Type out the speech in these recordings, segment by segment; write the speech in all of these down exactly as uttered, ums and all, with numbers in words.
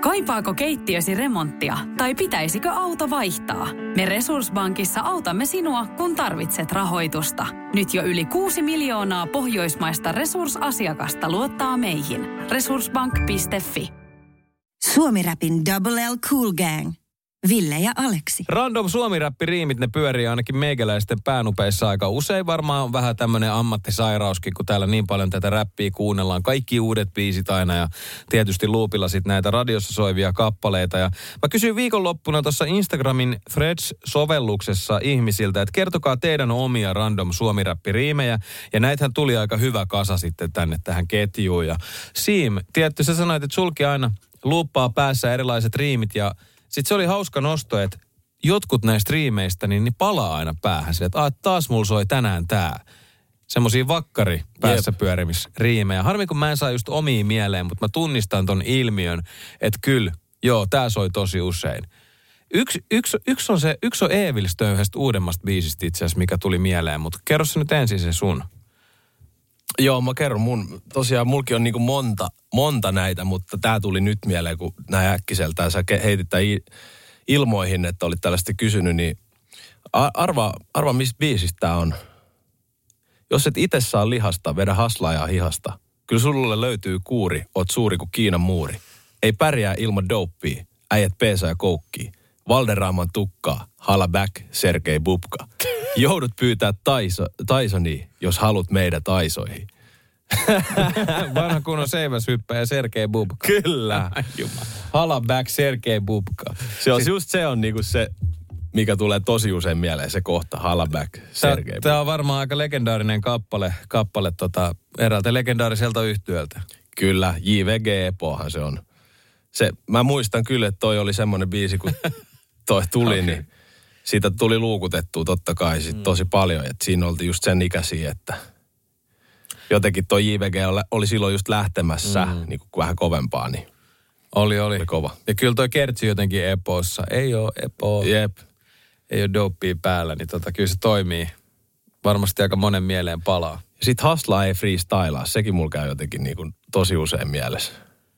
Kaipaako keittiösi remonttia tai pitäisikö auto vaihtaa? Me Resurssbankissa autamme sinua, kun tarvitset rahoitusta. Nyt jo yli kuusi miljoonaa pohjoismaista resursasiakasta luottaa meihin. resurssbank piste fi. Suomi-räpin Double L Cool Gang. Ville ja Aleksi. Random suomi-räppiriimit, ne pyörii ainakin meikäläisten päänupeissa aika usein. Varmaan on vähän tämmöinen ammattisairauskin, kun täällä niin paljon tätä räppiä kuunnellaan. Kaikki uudet biisit aina ja tietysti loopilla sit näitä radiossa soivia kappaleita. Ja mä kysyin viikonloppuna tuossa Instagramin Threads-sovelluksessa ihmisiltä, että kertokaa teidän omia random suomi-räppiriimejä. Ja näitähän tuli aika hyvä kasa sitten tänne tähän ketjuun. Ja Siim, tiedätkö, sä sanoit, että sulki aina luuppaa päässä erilaiset riimit ja sitten se oli hauska nosto, että jotkut näistä riimeistä, niin, niin palaa aina päähän. Sille, että taas mulla soi tänään tää. Semmosia vakkari päässä pyörimisriimejä. Harmi, kun mä en saa just omia mieleen, mutta mä tunnistan ton ilmiön, että kyllä, joo, tää soi tosi usein. Yksi, yksi, yksi on se, yksi on Eevilstö yhdestä uudemmasta biisistä itse asiassa, mikä tuli mieleen, mutta kerro se nyt ensin se sun. Joo, mä kerron mun, tosiaan mulki on niinku monta, monta näitä, mutta tää tuli nyt mieleen, kun näin äkkiseltään sä heitit tämän ilmoihin, että olit tällaista kysynyt, niin arva, arva mistä biisistä tää on. Jos et itse saa lihasta, vedä haslaajaa hihasta. Kyllä sulle löytyy kuuri, oot suuri kuin Kiinan muuri. Ei pärjää ilman dopea, äijät peesa ja koukkii. Valderaaman tukkaa, hala back, Sergei Bubka. Joudut pyytää taiso, Tysonia, jos haluat meidät aisoihin. Vanha kunnon seiväshyppäjä Sergei Bubka. Kyllä. Hala back, Sergei Bubka. Se on siis, just se on niinku se, mikä tulee tosi usein mieleen, se kohta, hala back, Sergei Bubka. Tämä on varmaan aika legendaarinen kappale, kappale tota, eräältä legendaariselta yhtyöltä. Kyllä, J V G Epohan se on. Se, mä muistan kyllä, että toi oli semmoinen biisi, kun toi tuli, okay. Niin siitä tuli luukutettua totta kai sit mm. tosi paljon. Että siinä oltiin just sen ikäisiä, että jotenkin toi J V G oli, oli silloin just lähtemässä mm. niin kuin vähän kovempaa. Niin oli, oli. oli kova. Ja kyllä toi kertsi jotenkin Epossa. Ei oo Epo. Jep. Ei oo dopea päällä, niin tota, kyllä se toimii. Varmasti aika monen mieleen palaa. Ja sit haslaa ei freestylaa. Sekin mulla käy jotenkin niin kuin tosi usein mielessä.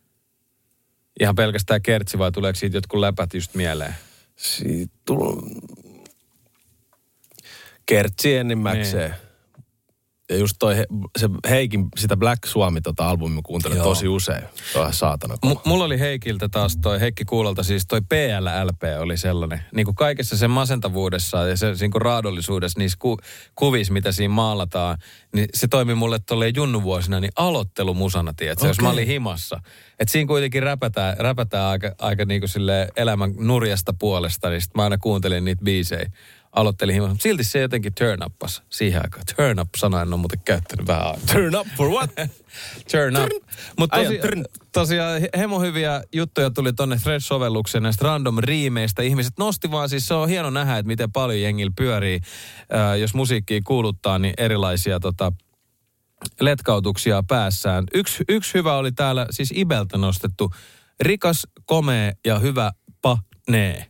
Ihan pelkästään kertsi vai tuleeko siitä jotkut läpät just mieleen? Siitä tulee kertsi enimmäkseen. Niin. Ja just toi, se Heikin, sitä Black Suomi tota albumia kuuntelin Joo. tosi usein. Toi on saatana kova. M- mulla oli Heikiltä taas toi, Heikki Kuulalta siis toi P L L P oli sellainen. Niin kuin kaikessa sen masentavuudessa ja se, niin kuin raadollisuudessa, niissä ku, kuvissa, mitä siinä maalataan, niin se toimi mulle tolleen junnuvuosina, niin aloittelumusana, tiedätkö, okay. Jos mä olin himassa. Että siinä kuitenkin räpätään, räpätään aika, aika niin kuin silleen elämän nurjasta puolesta, niin sit mä aina kuuntelin niitä biisejä. Aloittelin hieman, mutta silti se jotenkin turn uppas siihen aikaan. Turn up-sana en ole muuten käyttänyt vähän aikaa. Turn up for what? Turn up. Mutta tosi, tosiaan hemo hyviä juttuja tuli tonne Threads-sovellukseen näistä random riimeistä. Ihmiset nosti vaan, siis se on hieno nähdä, että miten paljon jengillä pyörii. Äh, jos musiikkia kuuluttaa, niin erilaisia tota, letkautuksia päässään. Yksi, yksi hyvä oli täällä, siis Ibeltä nostettu. Rikas, komea ja hyvä pa-nee.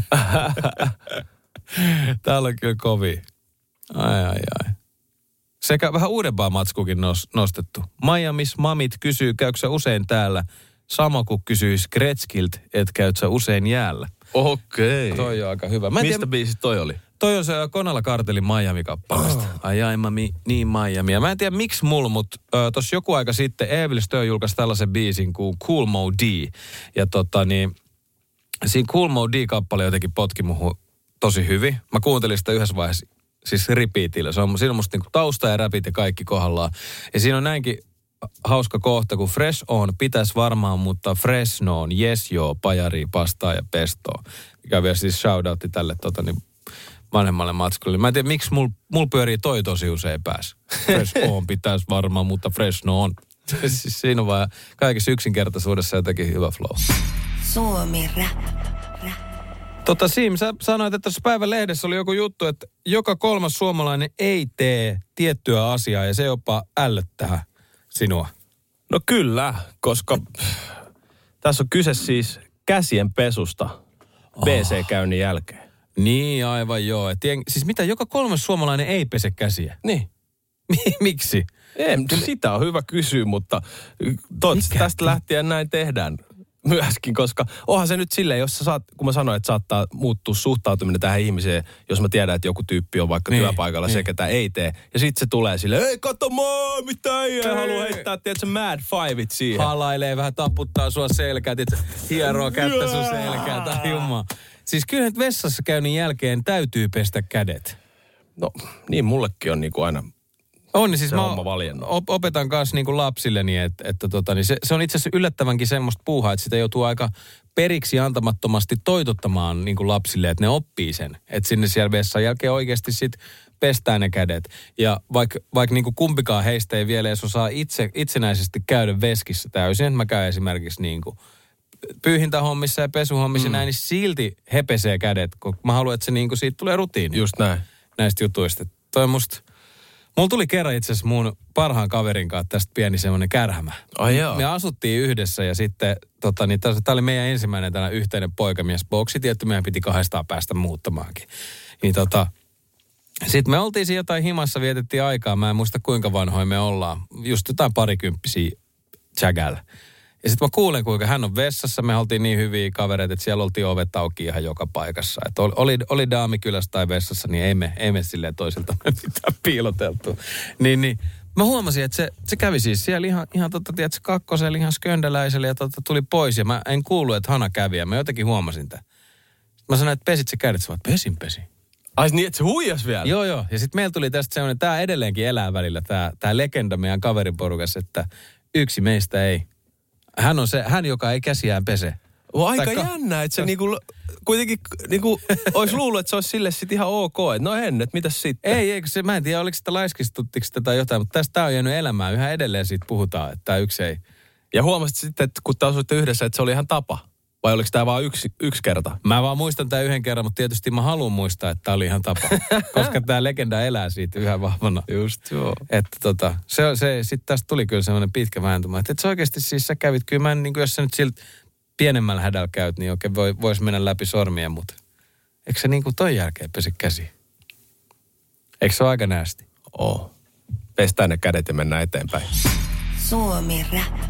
Täällä on kyllä kovia. Ai, ai, ai. Sekä vähän uudempaa matskukin nos, nostettu. Miamis mamit kysyy, käykö sä usein täällä? Sama kuin kysyisi Gretskilt, et käyt sä usein jäällä. Okei. Okay. Toi on aika hyvä. Mistä tiedä, biisi toi oli? Toi on se Konala Kartelin Miami-kappaleesta. Oh. Ai ai, mami, niin Miami. Ja mä en tiedä miksi mulla, mutta äh, tossa joku aika sitten Evil Stö julkaisi tällaisen biisin kuin Cool Mo D. Ja tota niin, siinä Cool Mo D-kappale jotenkin potki muhun tosi hyvin. Mä kuuntelin sitä yhdessä vaiheessa siis repeatillä. Se on, siinä on musta niinku tausta ja räpit ja kaikki kohdallaan. Ja siinä on näinkin hauska kohta, kun fresh on, pitäisi varmaan, mutta Fresno on, yes joo, pajari, pastaa ja pestoa. Mikä vielä siis shoutoutti tälle tota, niin vanhemmalle matskulle. Mä en tiedä, miksi mul, mul pyörii toi tosi usein päässä. Fresh on, pitäisi varmaan, mutta Fresno on. Siis siinä on vaan kaikessa yksinkertaisuudessa jotenkin hyvä flow. Suomi rap. Tota Siim, sä sanoit, että tässä päivän lehdessä oli joku juttu, että joka kolmas suomalainen ei tee tiettyä asiaa ja se jopa ällöttää sinua. No kyllä, koska tässä on kyse siis käsien pesusta B C-käynnin jälkeen. Niin, aivan joo. Et, siis mitä, joka kolmas suomalainen ei pese käsiä? Niin. Miksi? Ei, sitä on hyvä kysyä, mutta toivottavasti tästä lähtien näin tehdään. myöskin, koska onhan se nyt silleen, jos sä saat, kun mä sanoin, että saattaa muuttua suhtautuminen tähän ihmiseen, jos mä tiedän, että joku tyyppi on vaikka niin, työpaikalla niin. Se, ketä ei tee. Ja sit se tulee silleen, ei kato maa, mitä ei, ja haluaa heittää, tiedätkö, mad fiveit siihen. Halailee, vähän taputtaa sua selkää, tiedätkö, hieroo kättä sun selkää, tai jumma. Siis kyllä vessassa käynnin jälkeen täytyy pestä kädet. No niin, mullekin on niinku aina on, niin siis se mä op- opetan kanssa niinku lapsilleni, että, että tota, niin se, se on itse asiassa yllättävänkin semmoista puuhaa, että sitä joutuu aika periksi antamattomasti toitottamaan niinku lapsille, että ne oppii sen. Että sinne siellä vessan jälkeen oikeasti sit pestään ne kädet. Ja vaikka vaik niinku kumpikaan heistä ei vielä edes osaa itse, itsenäisesti käydä veskissä täysin, että mä käyn esimerkiksi niinku pyyhintähommissa ja pesuhommissa mm. näin, niin silti he pesee kädet, kun mä haluan, että se niinku siitä tulee rutiini. Just näin. Näistä jutuista. Toi musta, mulla tuli kerran itse asiassa mun parhaan kaverin kanssa tästä pieni semmoinen kärhämä. Ai joo. Me asuttiin yhdessä ja sitten, tota, niin tämä oli meidän ensimmäinen tällainen yhteinen poikamiesboksi. Tietty meidän piti kahdestaan päästä muuttamaankin. Niin tota, sitten me oltiin siinä jotain himassa, vietettiin aikaa. Mä en muista kuinka vanhoja me ollaan. Just jotain parikymppisiä tsägällä. Ja sitten mä kuulen, kuinka hän on vessassa. Me oltiin niin hyviä kavereita, että siellä oltiin ovet auki ihan joka paikassa. Että oli, oli daami kylässä tai vessassa, niin ei me, ei me silleen toiselta mitään piiloteltu. Niin, niin mä huomasin, että se, se kävi siis siellä ihan, ihan totta, tiedätkö, kakkosella ihan sköndeläisellä ja totta, tuli pois. Ja mä en kuullut, että Hana kävi ja mä jotenkin huomasin tämän. Mä sanoin, että pesit se kädet, sä vaan, pesin, pesin. Ai niin, että se huijas vielä? Joo, joo. Ja sitten meillä tuli tästä semmoinen, tää edelleenkin elää välillä, tää, tää legenda meidän kaveriporukassa, että yksi meistä ei. Hän on se, hän joka ei käsiään pese. On aika ka- jännä, että se niinku, kuitenkin niinku, olisi luullut, että se olisi sille sitten ihan ok. Että no en, että mitäs sitten? Ei, eikö se, mä en tiedä, oliko sitä laiskistuttiko sitä tai jotain, mutta tästä on jäänyt elämään. Yhä edelleen siitä puhutaan, että tämä yksi ei. Ja huomasit sitten, että kun te asuitte yhdessä, että se oli ihan tapa? Vai oliko tämä vaan yksi, yksi kerta? Mä vaan muistan tämän yhden kerran, mutta tietysti mä haluan muistaa, että tämä oli ihan tapa. Koska tämä legenda elää siitä yhä vahvana. Just joo. Että tota, se, se, sitten tästä tuli kyllä semmoinen pitkä vääntymä. Että et se oikeasti siis sä kävit, kyllä mä en, niin kuin jos sä nyt siltä pienemmällä hädällä käyt, niin oikein voi, voisi mennä läpi sormia, mutta eikö se niin kuin ton jälkeen pesi käsi? Eikö se ole aika näästi? Oo. Pestään ne kädet ja mennään eteenpäin. Suomi Rap.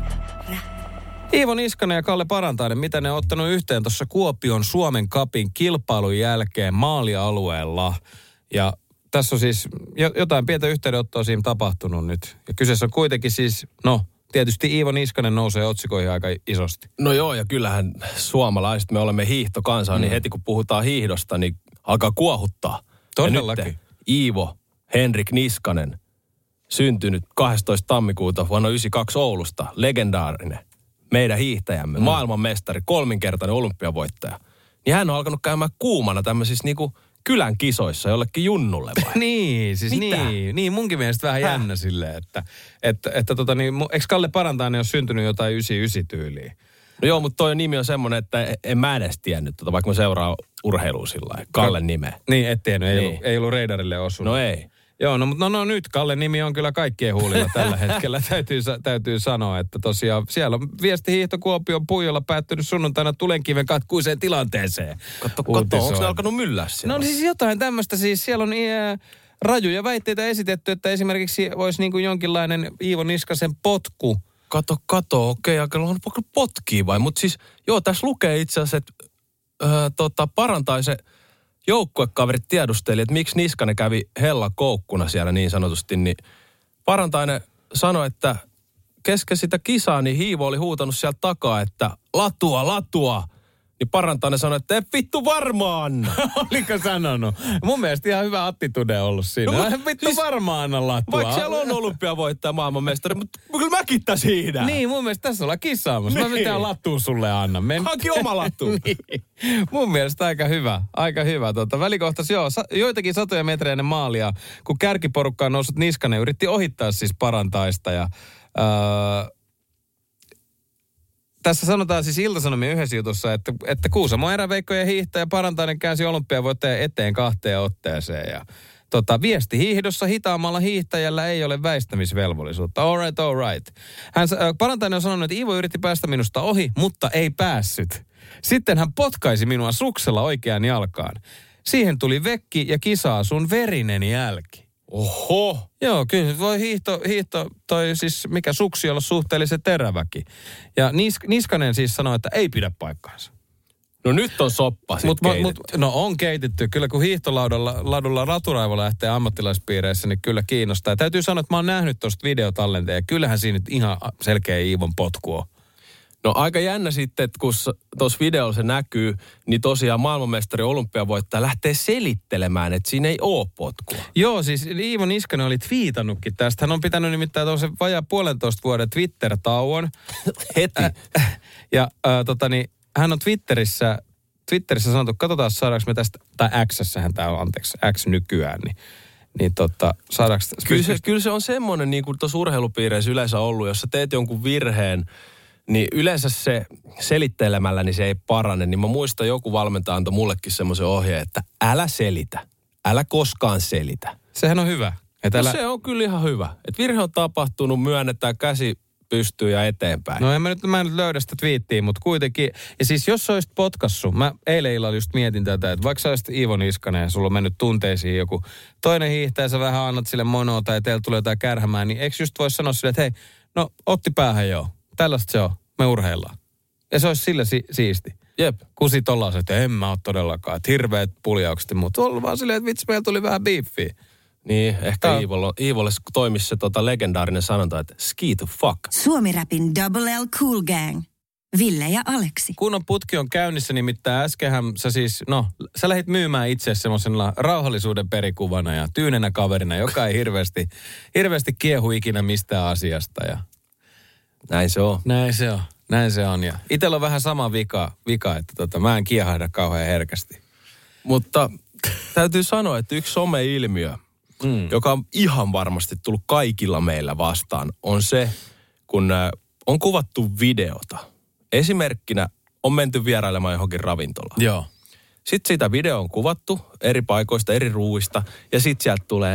Iivo Niskanen ja Kalle Parantainen, mitä ne on ottanut yhteen tuossa Kuopion Suomen Cupin kilpailun jälkeen maalialueella. Ja tässä on siis jotain pientä yhteydenottoa siinä tapahtunut nyt. Ja kyseessä on kuitenkin siis, no tietysti Iivo Niskanen nousee otsikoihin aika isosti. No joo, ja kyllähän suomalaiset, me olemme hiihtokansaa, mm. niin heti kun puhutaan hiihdosta, niin alkaa kuohuttaa. Todellakin. Ja nyt Iivo Henrik Niskanen, syntynyt kahdestoista tammikuuta vuonna yhdeksänkymmentäkaksi Oulusta, legendaarinen. Meidän hiihtäjämme, mm. maailmanmestari, kolminkertainen olympiavoittaja. Niin hän on alkanut käymään kuumana tämmöisissä niinku kylän kisoissa jollekin junnulle vai? niin, siis Mitä? niin. Niin, munkin mielestä vähän Häh? jännä silleen, että, että, että tota niin, eikö Kalle Parantainen ole syntynyt jotain yhdeksänkymmentäyhdeksän tyyliin? No joo, mutta toi nimi on semmoinen, että en mä edes tiennyt, tota, vaikka mä seuraan urheilua sillä lailla, Kallen nimeä. Niin, et tiennyt, ei, niin. ollut, ei ollut reidarille osunut. No ei. Joo, no mutta no, no nyt Kallen nimi on kyllä kaikkien huulilla tällä hetkellä, täytyy, täytyy sanoa, että tosiaan siellä on viestihiihto Kuopion Puijolla päättynyt sunnuntaina Tulenkiven katkuiseen tilanteeseen. Katso, katso, onko ne alkanut myllää siellä? No siis jotain tämmöistä, siis siellä on ää, rajuja väitteitä esitetty, että esimerkiksi olisi niin kuin jonkinlainen Iivo Niskasen potku. Kato, kato, okei, okay, on potkii vai, mutta siis joo, tässä lukee itse asiassa, että öö, tota, Parantaisen joukkuekaverit tiedusteli, että miksi Niskanen kävi hella koukkuna siellä niin sanotusti, niin Parantainen sanoi, että kesken sitä kisaa, niin Hiivo oli huutanut sieltä takaa, että latua, latua. Niin Parantainen sanoi, että ei vittu varmaan. Oliko sanonut? Mun mielestä ihan hyvä attitude ollut siinä. No, vittu siis, varmaan anna latua. Vaikka siellä on olympiavoittaja maailmanmestari, mutta kyllä mäkin tässä hiidän. Niin, mun mielestä tässä ollaan kisaamassa. Niin. Mä mitään lattua sulle anna. Men... Hanki oma lattu. niin. Mun mielestä aika hyvä. Aika hyvä. Tuota, välikohtaisi joo, sa- joitakin satoja metrejä ennen maalia, kun kärkiporukkaan noussut Niskanen yritti ohittaa siis Parantaista ja... Öö, tässä sanotaan siis Ilta-Sanomien yhdessä jutussa, että, että Kuusamo eräveikko ja hiihtäjä Parantainen käänsi olympiavoittajan eteen kahteen otteeseen. Ja tota, viesti hiihdossa hitaammalla hiihtäjällä ei ole väistämisvelvollisuutta. All right, all right. Hän, äh, Parantainen on sanonut, että Iivo yritti päästä minusta ohi, mutta ei päässyt. Sitten hän potkaisi minua suksella oikeaan jalkaan. Siihen tuli vekki ja kisaa sun verinen jälki. Oho! Joo, kyllä voi hiihto, hiihto toi siis mikä suksi olla suhteellisen teräväkin. Ja Nis, Niskanen siis sanoi, että ei pidä paikkaansa. No nyt on soppa sit mut, keitetty. Mut, no on keitetty. Kyllä kun hiihtolaudalla ladulla raturaivo lähtee ammattilaispiireissä, niin kyllä kiinnostaa. Ja täytyy sanoa, että mä oon nähnyt tuosta videotallenteen ja kyllähän siinä nyt ihan selkeä Iivon potku on. No aika jännä sitten, että kun tuossa videolla se näkyy, niin tosiaan maailmanmestari olympiavoittaja lähtee selittelemään, että siinä ei ole potkua. Joo, siis Iivo Niskanen oli twiitannutkin tästä. Hän on pitänyt nimittäin tuollaisen vajaa puolentoista vuoden Twitter-tauon. Heti. Ja äh, tota niin, hän on Twitterissä, Twitterissä sanottu, katsotaan saadaanko me tästä, tai X:ssähän tämä on, anteeksi, X nykyään, niin, niin tota, saadaanko... Kyllä se, kyllä se on semmoinen, niin kuin tuossa urheilupiireissä yleensä ollut, jos sä teet jonkun virheen, niin yleensä se selittelemällä, niin se ei parane. Niin mä muistan, joku valmentaja antoi mullekin semmoisen ohjeen, että älä selitä. Älä koskaan selitä. Sehän on hyvä. No älä... se on kyllä ihan hyvä. Että virhe on tapahtunut, myönnetään käsi pystyy ja eteenpäin. No en mä nyt, mä en nyt löydä sitä twiittiä, mutta kuitenkin. Ja siis jos sä olisit potkassu, mä eilen illalla just mietin tätä, että vaikka sä olisit Iivo Niskanen ja sulla on mennyt tunteisiin joku toinen hiihtäjä, sä vähän annat sille monoa tai teillä tulee jotain kärhämään, niin eikö just voi sanoa sille, että hei, no otti päähän joo. Tällaista se on. Me urheillaan. Ja se olisi sille si- siisti. Jep. Kun sit ollaan se, että en mä ole todellakaan. Että hirveät puljaukset, mutta on vaan silleen, että vitsi, meillä tuli vähän biiffiä. Niin, ehkä Iivolle, Iivolle toimisi se tota legendaarinen sanonta, että ski to fuck. Suomi-rapin Double L Cool Gang. Ville ja Aleksi. Kunnon putki on käynnissä, nimittäin äskenhän sä siis, no, sä lähdit myymään itse semmoisella rauhallisuuden perikuvana ja tyynenä kaverina, joka ei hirveästi, hirveästi kiehu ikinä mistään asiasta. Ja näin se on. Näin se on, näin se on. Ja itsellä on vähän sama vika, vika että tota, mä en kiehahda kauhean herkästi. Mutta täytyy sanoa, että yksi some-ilmiö, mm. joka on ihan varmasti tullut kaikilla meillä vastaan, on se, kun on kuvattu videota. Esimerkkinä on menty vierailemaan johonkin ravintolaan. Joo. Sitten sitä video on kuvattu eri paikoista, eri ruuista, ja sitten sieltä tulee,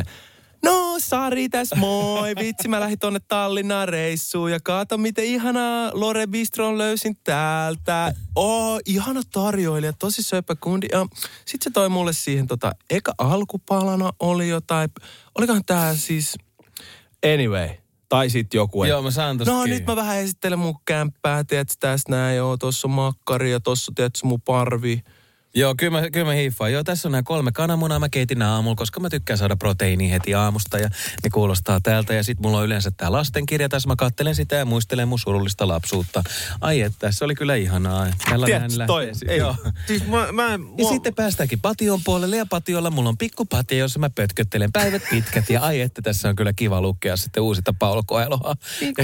no Sari tässä moi, vitsi mä lähdin tonne Tallinnaan reissuun, ja kato miten ihanaa Lore Bistron löysin täältä. Oo, ihana tarjoilija, tosi söpö kundi. Ja sitten se toi mulle siihen tota, eka alkupalana oli jotain, olikohan tää siis, anyway. Tai sitten joku, joo, mä saan tosta no kiinni. nyt mä vähän esittelen mun kämppää, tiedätkö tässä näin, joo, tossa on makkari ja tossa tiedätkö mun parvi. Joo, kyllä mä, kyllä mä hiiffaan. Joo, tässä on nämä kolme kananmunaa, mä keitin aamulla, koska mä tykkään saada proteiiniä heti aamusta ja ne kuulostaa täältä. Ja sit mulla on yleensä tää lastenkirja, tässä mä kattelen sitä ja muistelen mun surullista lapsuutta. Ai että, se oli kyllä ihanaa. Tiedätkö, toi, ei. Joo. Siis mä, mä, mua... Ja sitten päästäänkin patioon puolelle ja patiolla mulla on pikku patio, jossa mä pötköttelen päivät pitkät. Ja ai että, tässä on kyllä kiva lukea sitten uusita Paul Coelhoa.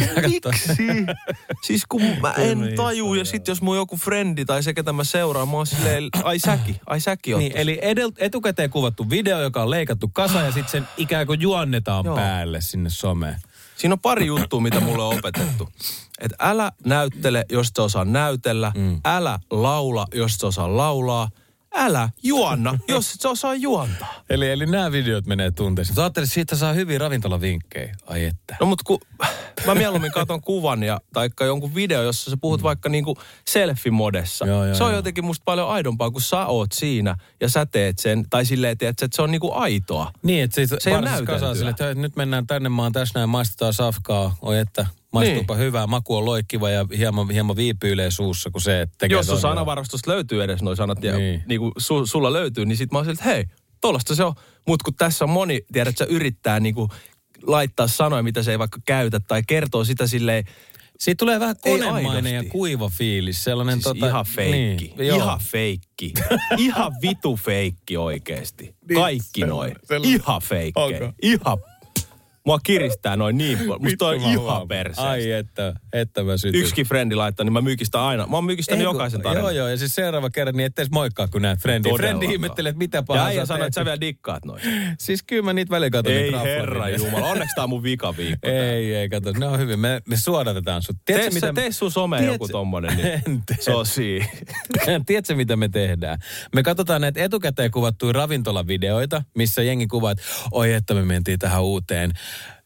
Miksi? Siis kun mä en taju ja sit jos mun joku frendi tai se, ketä mä seuraan, mä oon silleen, ai säki, ai säki niin, eli edel, etukäteen kuvattu video, joka on leikattu kasa ja sitten sen ikään kuin juonnetaan Joo. päälle sinne someen. Siinä on pari juttua, mitä mulle on opetettu. Että älä näyttele, jos et osaa näytellä. Mm. Älä laula, jos et osaa laulaa. Älä juonna, jos et osaa juontaa. Eli, eli nämä videot menee tunteisiin. Sä ajattelet, että siitä saa hyviä ravintolavinkkejä. Ai että. No mut kun mä mieluummin katon kuvan ja taikka jonkun video, jossa sä puhut mm. vaikka niinku selfie-modessa. Joo, joo, se on joo. jotenkin musta paljon aidompaa, kun sä oot siinä ja sä teet sen. Tai silleen, tiedät, että se on niinku aitoa. Niin, että se, se ei näyteltyä. Sille, että nyt mennään tänne, mä oon tässä näin, maistetaan safkaa. Oi että, maistuupa niin. Hyvää, maku on loikkiva ja hieman, hieman viipyilee suussa, kun se tekee... Jos sun sanavarastosta löytyy edes noi sanat ja niin. Niinku su, sulla löytyy, niin sit mä oon siltä, että hei, tollasta se on. Mut kun tässä on moni, tiedät, sä yrittää niinku laittaa sanoja, mitä se ei vaikka käytä, tai kertoo sitä silleen... Siitä tulee vähän konemainen ja kuiva fiilis. Sellainen siis tota... ihan feikki. Niin, ihan feikki. Ihan vitu feikki oikeesti. Kaikki noin. Ihan feikki. Okay. Ihan... Mua kiristää noin niin paljon. Musta on ihan perseestä. Ai että, että mä sytyn. Yksikin frendi laittaa, niin mä mykistän aina. Mä oon mykistänyt jokaisen tarinan. Joo, joo. Ja siis seuraava kerran, niin etteis moikkaa, kun näet frendi. Frendi ihmettelee, että mitä pahaa sä teet. Ja sanoo, että sä vielä dikkaat noin. Siis kyllä mä niitä välillä katon. Ei herra jumala. Onneksi tää on mun vikaviikko. Ei, ei, kato. Ne on hyvin. Me, me suodatetaan sut. Tee, mitä... tee sun someen joku tommonen, niin se on siinä. Tiedätkö, mitä me tehdään? Me katsotaan näitä etukäteen kuvattuja ravintolavideoita, missä jengi kuvaa, että oi, että me mentiin tähän uuteen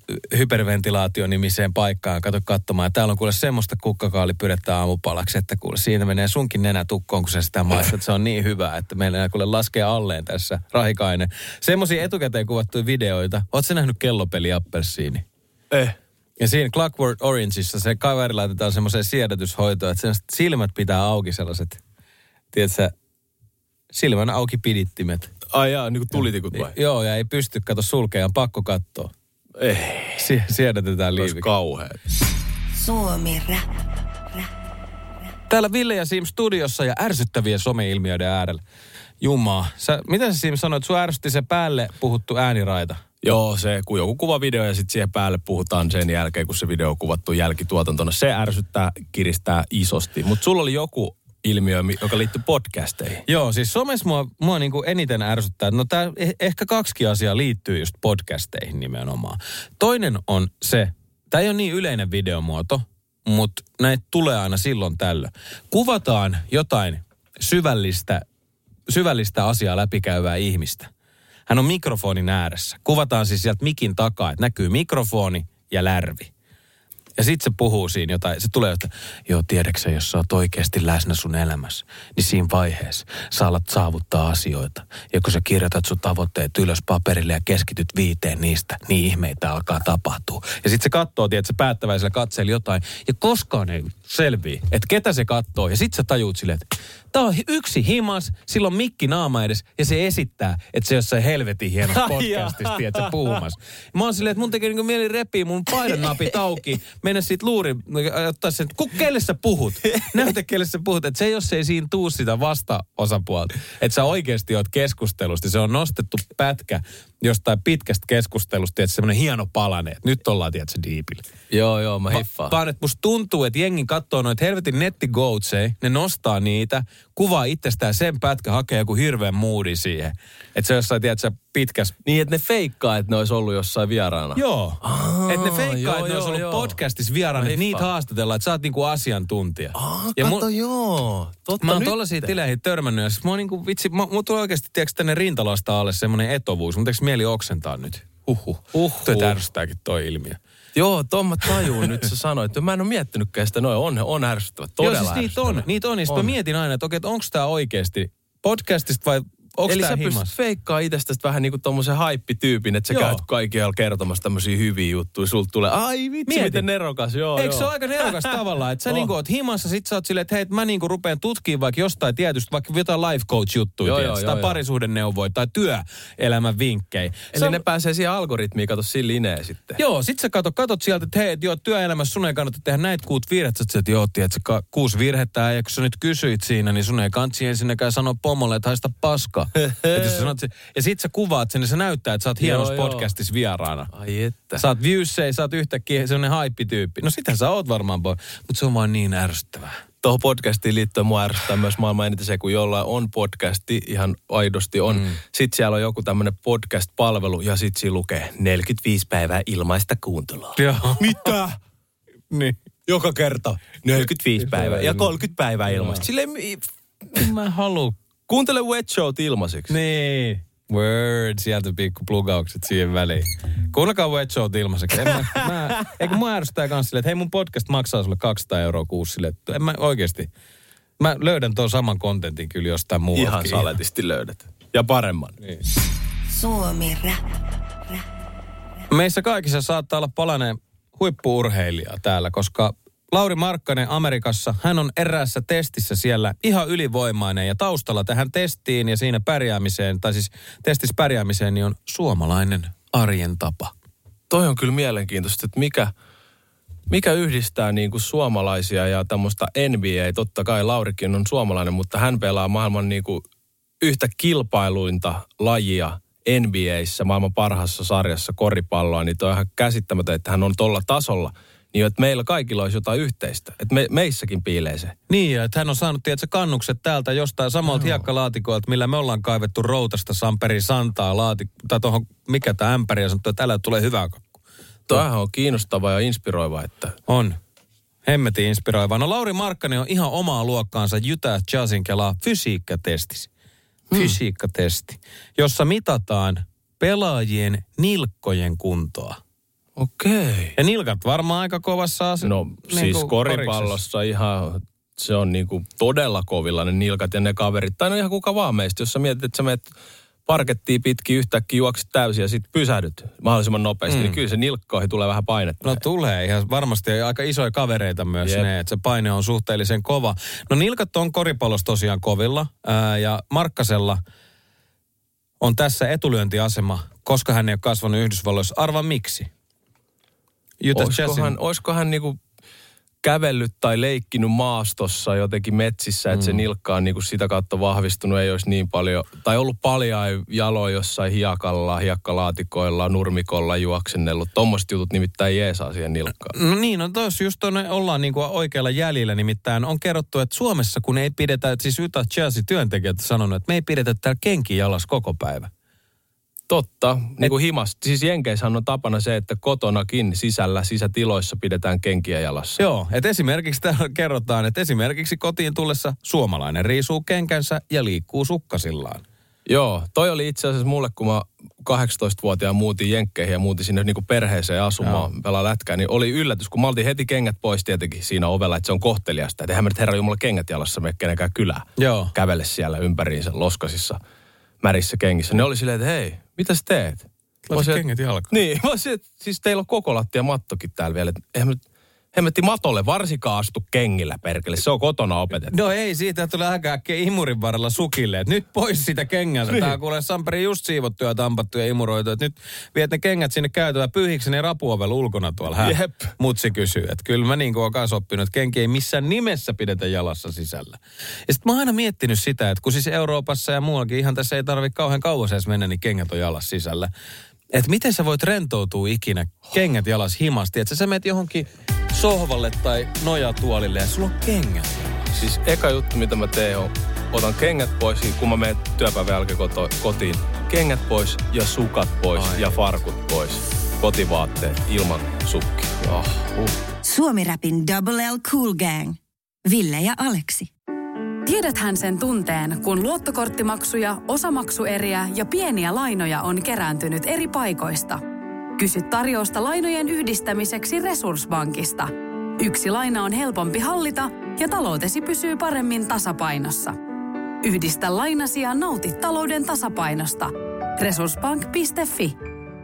hyperventilaatio-nimiseen paikkaan, kato katsomaan. Ja täällä on kuule semmoista kukkakaalipyrettä aamupalaksi, että kuule siinä menee sunkin nenä tukkoon, kun sä sitä maistat. Se on niin hyvä, että meillä kuule laskee alleen tässä Rahikainen. Semmoisia etukäteen kuvattuja videoita. Ootko sä nähnyt kellopeli-appelsiini? Eh. Ja siinä Clockwork Orangeissa se kaveri laitetaan semmoiseen siedätyshoitoon, että sellaiset silmät pitää auki sellaiset, tiedätkö, silmän auki pidittimet. Ai jaa, niin kuin tulitikut vai? Joo, ja ei pysty kato sulkemaan, pakko katsoa. Ei. Si- siedätetään liivikin. Olisi kauheat. Suomi Rap. Täällä Ville ja Sim studiossa ja ärsyttävien someilmiöiden äärellä. Jumaa. Sä, mitä sä Sim sanoit, sun ärsytti se päälle puhuttu ääniraita? Joo, se kun joku kuvavideo ja sitten siihen päälle puhutaan sen jälkeen, kun se video on kuvattu jälkituotantona. Se ärsyttää, kiristää isosti. Mutta sulla oli joku ilmiö, joka liittyy podcasteihin. Joo, siis somessa mua, mua niinku eniten ärsyttää. No tää ehkä kaksikin asiaa liittyy just podcasteihin nimenomaan. Toinen on se, tää ei ole niin yleinen videomuoto, mutta näitä tulee aina silloin tällöin. Kuvataan jotain syvällistä, syvällistä asiaa läpikäyvää ihmistä. Hän on mikrofonin ääressä. Kuvataan siis sieltä mikin takaa, että näkyy mikrofoni ja lärvi. Ja sit se puhuu siinä jotain, se tulee jotain, joo tiedäksä, jos sä oot oikeasti läsnä sun elämässä, niin siinä vaiheessa sä alat saavuttaa asioita. Ja kun sä kirjoitat sun tavoitteet ylös paperille ja keskityt viiteen niistä, niin ihmeitä alkaa tapahtua. Ja sit se katsoo, tiedät, se päättäväisellä katseella jotain, ja koskaan ei selvii, että ketä se katsoo. Ja sit sä tajuut silleen, että tää on yksi himas, sillä on mikki naama edes, ja se esittää, että se jossain helvetin hienossa podcastissa, tiedät, se puhumassa. Mä oon silleen, että mun tekee niin kuin mieli repii mun paidannapit auki, mennä siitä luurin, ottaa sen, että kelle sä puhut? Näytä, kelle sä puhut. Että se, jos ei siinä tuu sitä vasta-osapuolta, että sä oikeasti oot keskustelusta, se on nostettu pätkä jostain pitkästä keskustelusta, että semmoinen hieno palane, että nyt ollaan, tiedätkö, diipillä. Joo, joo, mä hiffaan. Vaan, että musta tuntuu, että jengi katsoo noita helvetin nettigoatsei, ne nostaa niitä, kuvaa itsestään sen pätkä, hakee joku hirveän moodi siihen. Että se jossain, tiedätkö, pitkäs. Niin, että ne feikkaa, että ne olisi ollut jossain vieraana. Joo. Että ne feikkaa, joo, että ne olisi ollut joo. podcastissa vieraana, että niitä haastatellaan, että sä oot niinku asiantuntija. Ah, ja kato, mu- joo. Totta Mä oon nyt. tollaisia tileihin törmännyt, ja siis mä oon niinku, vitsi, mä, mulla tulee oikeasti, tiedätkö, tänne rintalasta alle semmoinen etovuus. Mun teekö mieli oksentaa nyt? Huhhuh. Uhuh. Toi tärsyttääkin toi ilmiö. Joo, tuon mä tajuun nyt, sä sanoit. Mä en ole miettinytkään sitä, noin on, on ärsyttävät, todella Joo, siis niitä on, niitä on. Ja sit mä mietin aina, että okei, että onko tää oikeasti podcastista vai onko Eli tää sä himas? pystyt feikkaa itsestäsi vähän niin kuin tommosen haippityypin, että sä Joo. käyt kaikkialla kertomassa tämmöisiä hyviä juttuja. Sulta tulee, ai vitsi, Mieti. miten nerokas, joo, Eikö joo. se ole aika nerokas tavallaan, että sä Oh. niinku oot himassa, sit sä oot silleen, että hei, mä niinku rupean tutkimaan vaikka jostain tietysti, vaikka jotain life coach juttuja, Joo, tiedätkö, joo, tai joo, parisuhdenneuvoja tai työelämän vinkkejä. Eli Se on- ne pääsee siihen algoritmiin, kato sillä lineen sitten. Joo, sit sä katot, katot sieltä, että hei, et joo, työelämässä sun ei kannata tehdä näitä kuut virhettä. Sä oot, että joo, tiedät, sä kuusi virhettä, ja kun sä nyt kysyit siinä, niin sun ei kantsi ensinnäkään sanoa pomolle, että haista paska. Et jos sä sanot, se- ja sit sä kuvaat sen, niin se näyttää, että sä oot hienossa Joo, joo. podcastissa vieraana. Ai että. Sä oot viewsei, sä oot yhtäkkiä sellainen haippityyppi. No sitä sä oot varmaan, mutta se on vaan niin ärsyttävää. Tuohon podcastiin liittyen mua ärsyttää myös maailman eniten se, kun jollain on podcasti, ihan aidosti on. Mm. Sitten siellä on joku tämmöinen podcast-palvelu ja sitten siinä lukee neljäkymmentäviisi päivää ilmaista kuuntelua. Joo. Mitä? Niin. Joka kerta. neljäkymmentäviisi päivää ja kolmekymmentä päivää ilmaista. Silleen, mi- Mä haluun. kuuntele Wet Showt ilmaiseksi. Niin. Word, sieltä pikku plugaukset siihen väliin. Kuunnelkaa Wet Showt ilmaiseksi. En mä, mä, eikö mua ärsyttää kans silleen, että hei mun podcast maksaa sulle kaksisataa euroa kuussa silleen, että en mä oikeesti. Mä löydän tuon saman kontentin kyllä jostain muualtakin. Ihan saletisti löydät. Ja paremman. Niin. Suomi Rap. Meissä kaikissa saattaa olla palanen huippu-urheilija täällä, koska Lauri Markkanen Amerikassa, hän on eräässä testissä siellä ihan ylivoimainen ja taustalla tähän testiin ja siinä pärjäämiseen, tai siis testissä pärjäämiseen, niin on suomalainen arjen tapa. Toi on kyllä mielenkiintoista, että mikä, mikä yhdistää niin kuin suomalaisia ja tämmöistä N B A. Totta kai Laurikin on suomalainen, mutta hän pelaa maailman niin kuin yhtä kilpailuinta lajia N B A:ssä, maailman parhaassa sarjassa koripalloa. Niin toi on ihan käsittämätöntä, että hän on tolla tasolla. Niin, että meillä kaikilla olisi jotain yhteistä. Että me, meissäkin piilee se. Niin, ja että hän on saanut, tiedätkö, kannukset täältä jostain samalta no. hiekkalaatikoilta, millä me ollaan kaivettu routasta Samperi Santaa laati, tai tuohon, mikä tämä ämpäri, ja sanottu, että älä tule hyvää kakku. Tuohan on kiinnostavaa ja inspiroivaa, että... On. Hemmetin inspiroivaa. No Lauri Markkanen on ihan omaa luokkaansa Utah Jazzin kelaa fysiikkatestissä. Fysiikkatesti, jossa mitataan pelaajien nilkkojen kuntoa. Okei. Ja nilkat varmaan aika kovassa asemassa. No niin siis koripallossa ihan, se on niinku todella kovilla ne nilkat ja ne kaverit. Tai no ihan kuka vaan meistä, jos sä mietit, että sä menet parkettiin pitkin yhtäkkiä, juoksit täysin ja sitten pysähdyt mahdollisimman nopeasti, mm. niin kyllä se nilkkoihin tulee vähän painetta. No tulee ihan varmasti aika isoja kavereita myös Jep. ne, että se paine on suhteellisen kova. No nilkat on koripallossa tosiaan kovilla ää, ja Markkasella on tässä etulyöntiasema, koska hän ei ole kasvanut Yhdysvalloissa. Arva miksi? Olisikohan, olisikohan niinku kävellyt tai leikkinyt maastossa jotenkin metsissä, että mm. se nilkka on niinku sitä kautta vahvistunut, ei olisi niin paljon, tai ollut paljain jaloin jossain hiekalla, hiekkalaatikoilla, nurmikolla juoksennellut. Tommoiset jutut nimittäin jeesaa siihen nilkkaan. No niin, no tuossa just on, ollaan niinku oikealla jäljellä, nimittäin on kerrottu, että Suomessa kun ei pidetä, siis Utah Chelsea-työntekijät on sanonut, että me ei pidetä täällä kenki jalas koko päivä. Totta. Niin kuin himas. Siis Jenkeissähän on tapana se, että kotonakin sisällä, sisätiloissa pidetään kenkiä jalassa. Joo, että esimerkiksi täällä kerrotaan, että esimerkiksi kotiin tullessa suomalainen riisuu kenkänsä ja liikkuu sukkasillaan. Joo, toi oli itse asiassa mulle, kun mä kahdeksantoistavuotiaan muutin Jenkkeihin ja muutin sinne niin kuin perheeseen asumaan, pelaa lätkää, niin oli yllätys, kun mä oltiin heti kengät pois tietenkin siinä ovella, että se on kohteliasta. Että eihän mä nyt herra jumala kengät jalassa mene kenenkään kylään. Joo. Kävele siellä ympäriinsä loskasissa märissä kengissä. Ne oli silleen, että hei, mitä sä teet? Laita kengät jalkaan. Niin, mä olisin, että siis teillä on koko lattia mattokin täällä vielä. Eihän me, hemmetti matolle varsinkaan astu kengillä perkele. Se on kotona opetettu. No ei, siitä tulee äkää imurin varrella sukille. Et nyt pois sitä kengältä. Niin. Tää kuulee Samperi just siivottu ja tampattu ja imuroitu. Et nyt viet ne kengät sinne käytävä pyyhiksi ne rapuovella ulkona tuolla. Hä? Jep. Mutsi kysyy. Että kyllä mä niin kuin oon kanssa oppinut, että kenki ei missään nimessä pidetä jalassa sisällä. Ja sit mä oon aina miettinyt sitä, että kun siis Euroopassa ja muuallakin ihan tässä ei tarvitse kauhean kauas edes mennä, niin kengät on jalassa sisällä. Että miten sä voit rentoutua ikinä kengät jalas himasti. Että sä menet johonkin sohvalle tai nojatuolille ja sulla on kengät. Siis eka juttu, mitä mä teen, on otan kengät pois, kun mä menen työpäivän jälkeen koto, kotiin. Kengät pois ja sukat pois Ai. ja farkut pois. Kotivaatteet ilman sukki. Oh, uh. Suomi-rapin Double L Cool Gang. Ville ja Aleksi. Tiedäthän sen tunteen, kun luottokorttimaksuja, osamaksueriä ja pieniä lainoja on kerääntynyt eri paikoista. Kysy tarjousta lainojen yhdistämiseksi Resurssbankista. Yksi laina on helpompi hallita ja taloutesi pysyy paremmin tasapainossa. Yhdistä lainasi ja nauti talouden tasapainosta. Resurssbank piste fi.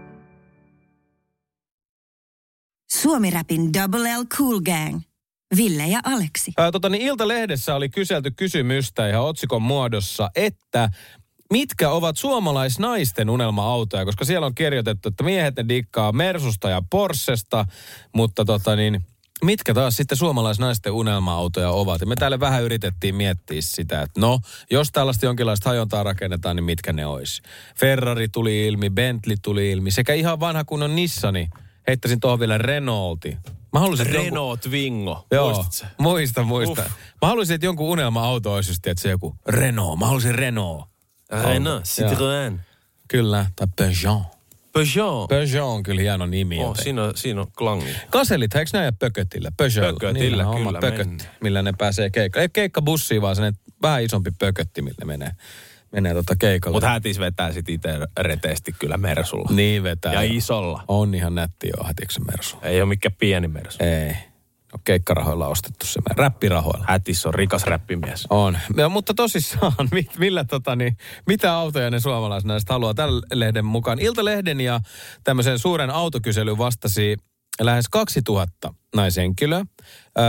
Suomi-rapin Double L Cool Gang. Ville ja Aleksi. Ää, tota, niin Ilta-lehdessä oli kyselty kysymystä ihan otsikon muodossa, että mitkä ovat suomalaisnaisten unelma-autoja, koska siellä on kirjoitettu, että miehet ne dikkaa Mersusta ja Porschesta, mutta tota niin, mitkä taas sitten suomalaisnaisten unelma-autoja ovat? Ja me täällä vähän yritettiin miettiä sitä, että no, jos tällaista jonkinlaista hajontaa rakennetaan, niin mitkä ne olisi? Ferrari tuli ilmi, Bentley tuli ilmi, sekä ihan vanha kunnon Nissani. Heittäisin tuohon vielä Renaultin. Mä haluaisin, Renault jonkun... Twingo. Joo, muistatko? muista, muista. Uff. Mä haluaisin, että jonkun unelma-auto olisi just, että se joku Renault. Mä haluaisin Renault. Renault, Citroën. Kyllä, tai Peugeot. Peugeot. Peugeot on kyllä hieno nimi. Oh, siinä on, siinä on klangi. Kaselit, eikö näin Pökötillä? Peugeot. Pökötillä, niin, kyllä oma pökötti, millä ne pääsee keikkaan. Ei keikkabussiin, vaan se vähän isompi pökötti, millä ne menee. Menee tota keikalle. Mutta hätis vetää sit itse reteesti kyllä Mersulla. Niin vetää. Ja isolla. On ihan nätti jo hätikö se Mersu. Ei ole mikään pieni Mersu. Ei. No keikkarahoilla ostettu se, räppirahoilla. Hätis on rikas räppimies. On. Ja, mutta tosissaan, millä tota niin, mitä autoja ne suomalaiset haluaa tällä lehden mukaan? Ilta-lehden ja tämmöisen suuren autokyselyn vastasi lähes kaksituhatta naishenkilöä. Öö,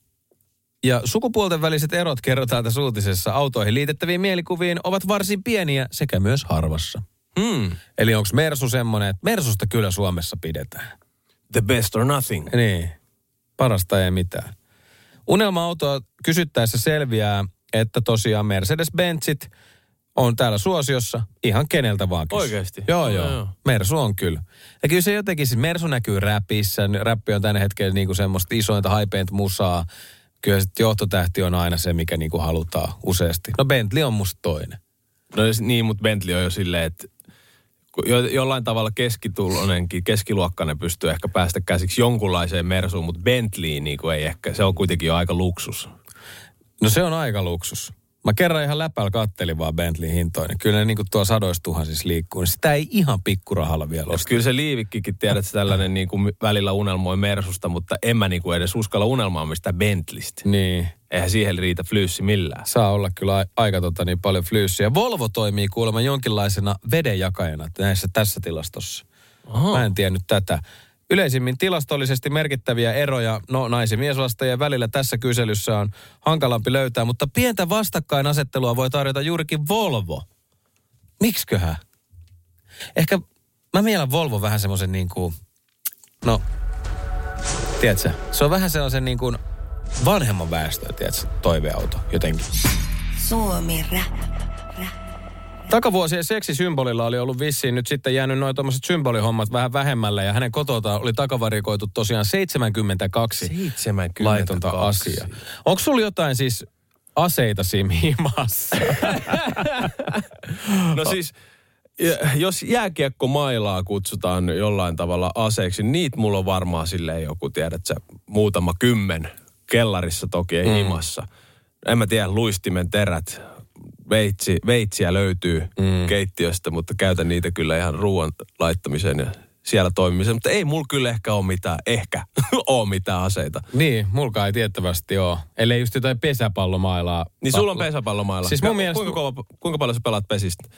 Ja sukupuolten väliset erot, kerrotaan tässä uutisessa, autoihin liitettäviin mielikuviin ovat varsin pieniä sekä myös harvassa. Hmm. Eli onko Mersu semmoinen, että Mersusta kyllä Suomessa pidetään? The best or nothing. Niin, parasta ei mitään. Unelma-autoa kysyttäessä selviää, että tosiaan Mercedes-Benzit on täällä suosiossa ihan keneltä vaan kysy. Oikeasti? Joo, no, joo. joo. Mersu on kyllä. Ja kyllä se jotenkin, siis Mersu näkyy räpissä. Räppi on tänä hetkellä niinku semmoista isointa, haipeinta musaa. Kyllä sitten johtotähti on aina se, mikä niinku halutaan useasti. No Bentley on musta toinen. No niin, mutta Bentley on jo silleen, että jo, jollain tavalla keskitulonenkin, keskiluokkainen pystyy ehkä päästä käsiksi jonkunlaiseen Mersuun, mutta Bentley niinku ei ehkä, se on kuitenkin jo aika luksus. No se on aika luksus. Mä kerran ihan läpällä kattelin vaan Bentleyn hintoja, niin kyllä ne niin kuin tuo sadoissa tuhansissa liikkuu, niin sitä ei ihan pikkurahalla vielä osta. Kyllä se Liivikkikin tiedät, että tällainen niin kuin välillä unelmoi Mersusta, mutta en mä niin kuin edes uskalla unelmaa mistä Bentleystä. Niin. Eihän siihen riitä flyyssi millään. Saa olla kyllä aika tota niin paljon flyyssiä. Volvo toimii kuulemma jonkinlaisena vedenjakajana näissä tässä tilastossa. Aha. Mä en tiennyt tätä. Yleisimmin tilastollisesti merkittäviä eroja, no nais- ja mieslastajien välillä tässä kyselyssä on hankalampi löytää, mutta pientä vastakkainasettelua voi tarjota juurikin Volvo. Miksiköhän? Ehkä mä mielen Volvo vähän semmoisen niin kuin, no, tiedätkö, se on vähän sellaisen niin kuin vanhemman väestön, tiedätkö, toiveauto jotenkin. Suomi Rap. Takavuosien seksisymbolilla oli ollut vissiin nyt sitten jäänyt noin tommoset symbolihommat vähän vähemmälle ja hänen kotota oli takavarikoitu tosiaan seitsemänkymmentäkaksi, seitsemänkymmentäkaksi laitonta asiaa. Onko sulla jotain siis aseita siinä himassa? No siis, jos jääkiekkomailaa kutsutaan jollain tavalla aseeksi, niin niitä mulla on varmaan silleen joku, tiedätkö, muutama kymmen kellarissa toki, ei mm. himassa. En mä tiedä, luistimen terät. Veitsi, veitsiä löytyy mm. keittiöstä, mutta käytän niitä kyllä ihan ruoan laittamiseen ja siellä toimimiseen. Mutta ei mulla kyllä ehkä ole mitään, ehkä ole mitään aseita. Niin, mulkaan ei tiettävästi ole. Ellei just jotain pesäpallomailaa. Niin sulla on pesäpallomaila. Siis mun mielestä... kuinka, kova, kuinka paljon sä pelaat pesistä?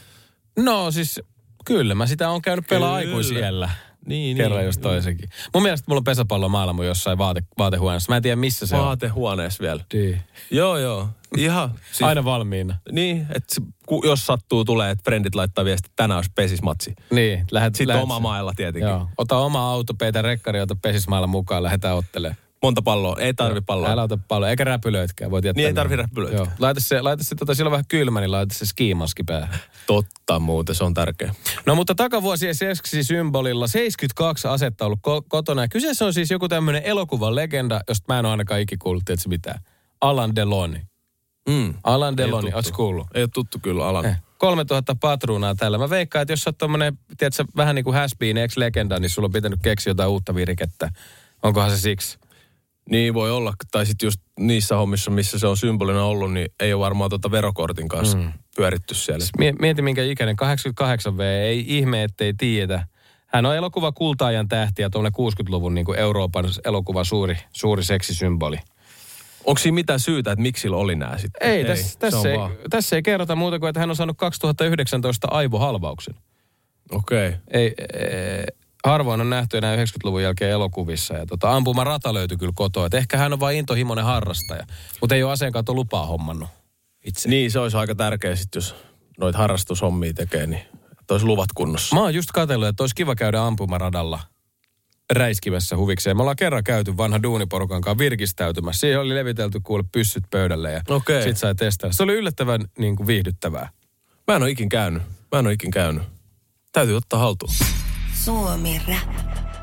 No siis kyllä, mä sitä on käynyt pelaa aikuisiellä. Niin, kerran niin, jos toisenkin. Mun mielestä mulla on pesäpallomaila mun jossain vaate, vaatehuoneessa. Mä en tiedä missä se Vaatehuoneessa on. Vaatehuoneessa vielä. Niin. Joo, joo. Ihan. Siis, aina valmiina. Niin, että jos sattuu tulee, että frendit laittaa viesti, että tänään olisi pesismatsi. Niin. Lähet, Sitten lähet oma sen. mailla tietenkin. Joo. Ota oma auto, peitä rekkari, ota pesismailla mukaan, lähdetään ottelemaan. Monta palloa, ei tarvi palloa. Älä ota palloa, eikä räpylöitkään. Voit jättää niin ei tarvi räpylöitkään. Joo. Laita se, laita se tota, silloin vähän kylmä, niin laita se skiimaski päähän. Totta muuten, se on tärkeä. No mutta takavuosien seksisymbolilla seitsemänkymmentäkaksi asetta ollut ko- kotona. Ja kyseessä on siis joku tämmöinen elokuvan legenda, josta mä en ole ainakaan ikinä kuullut, tiedätkö mitään. Alain Delon. Mm. Alain Delon, ootko kuullut? Ei ole tuttu kyllä Alain. Eh. kolmetuhatta patruunaa tällä. Mä veikkaan, että jos sä oot tommonen, tiedätkö, vähän niin kuin has-been, ex-legenda, niin sulla on pitänyt keksiä jotain uutta virikettä. Onkohan se siksi? Niin voi olla, tai sitten just niissä hommissa, missä se on symbolina ollut, niin ei ole varmaan tuota verokortin kanssa mm. pyöritty siellä. Mieti minkä ikäinen, kahdeksankymmentäkahdeksan vuotta, ei ihme, ettei tiedetä. Hän on elokuva kulta-ajan tähti ja tuommoinen kuusikymmentäluvun niin kuin Euroopan elokuva suuri, suuri seksisymboli. Onko siinä mitään syytä, että miksi sillä oli nämä sitten? Ei, ei tässä, tässä, ei, tässä ei kerrota muuta kuin, että hän on saanut kaksituhattayhdeksäntoista aivohalvauksen. Okei. Okay. Ei, ei, harvoin on nähty enää yhdeksänkymmentäluvun jälkeen elokuvissa. Ja tota, ampumarata löytyi kyllä kotoa. Et ehkä hän on vain intohimoinen harrastaja. Mutta ei ole aseenkantolupaa hommannut itse. Niin, se olisi aika tärkeä sitten, jos noita harrastushommia tekee, niin että olisi luvat kunnossa. Mä oon just katsellut, että olisi kiva käydä ampumaradalla räiskivässä huvikseen. Me ollaan kerran käyty vanha duuniporukan kanssa virkistäytymässä. Siihen oli levitelty kuule pyssyt pöydälle ja okay. sit sai testaa. Se oli yllättävän niin kuin viihdyttävää. Mä en ole ikin käynyt. Mä en ole ikin käynyt. Täytyy ottaa haltuun. Suomi Rap.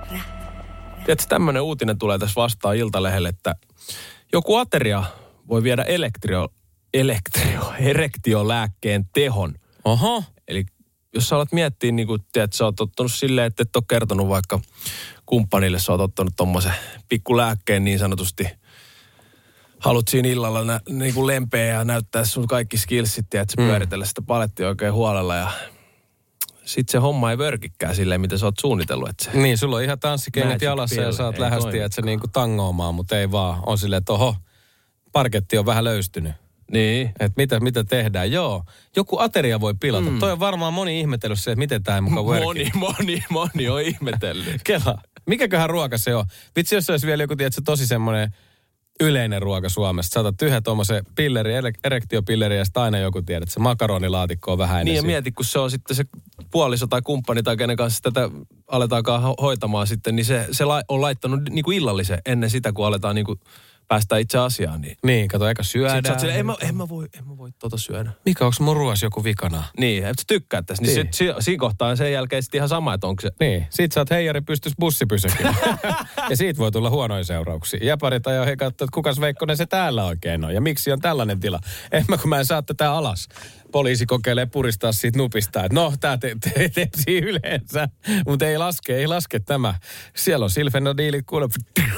Tiedätkö, tämmöinen uutinen tulee tässä vastaan Iltalehdelle, että joku ateria voi viedä elektrio, elektrio, erektiolääkkeen tehon. Oho. Eli jos sä alat miettiä, niin kuin tiedät, sä oot ottanut silleen, että et ole kertonut vaikka kumppanille, sä oot ottanut tommosen pikkulääkkeen niin sanotusti. Haluat siinä illalla nä, niin kuin lempeä ja näyttää sun kaikki skillsit, tiedät, sä pyöritellä sitä palettia oikein huolella ja sitten se homma ei vörkikkää silleen, mitä sä oot suunnitellut. Että se niin, sulla on ihan tanssikengät jalassa ja sä oot lähösti, että se niinku tangoomaan, mutta ei vaan. On silleen, että oho, parketti on vähän löystynyt. Niin. Että mitä, mitä tehdään. Joo, joku ateria voi pilata. Mm. Toi on varmaan moni ihmetellyt se, että miten tää ei mukaan vörki. Moni, moni, moni on ihmetellyt. Kela, mikäköhän ruoka se on? Vitsi, jos se olisi vielä joku, tiedätkö, tosi semmoinen yleinen ruoka Suomessa. Saatat yhden tuommoisen pilleri, erektiopilleri ja sitten aina joku tiedät, että se makaronilaatikko on vähän ennen. Niin ja siitä. mieti, kun se on sitten se puoliso tai kumppani tai kenen kanssa tätä aletaankaan ho- hoitamaan sitten, niin se, se la- on laittanut niin kuin illallisen ennen sitä, kun aletaan niin kuin päästään itse asiaan. Niin, niin kato, eikä syödään. Sitten sä oot silleen, en mä, en mä voi, en mä voi tota syödä. Mikä, onko mun ruoas joku vikana? Niin, et sä tykkää tästä. Niin, niin. Si- siinä kohtaa sen jälkeen sitten ihan sama, että onko se. Niin, sit sä oot heijari pystys bussipysäkillä. Ja siitä voi tulla huonoja seurauksia. Jäparit ajoo he katsoo, että kukas Veikkonen se täällä oikein on. Ja miksi on tällainen tila? En mä, kun mä en saa tätä alas. Poliisi kokeilee puristaa siitä nupista, että no, tää te- te- tepsii yleensä. Mutta ei laske, ei laske tämä. Siellä on silfenodiilit, kuule,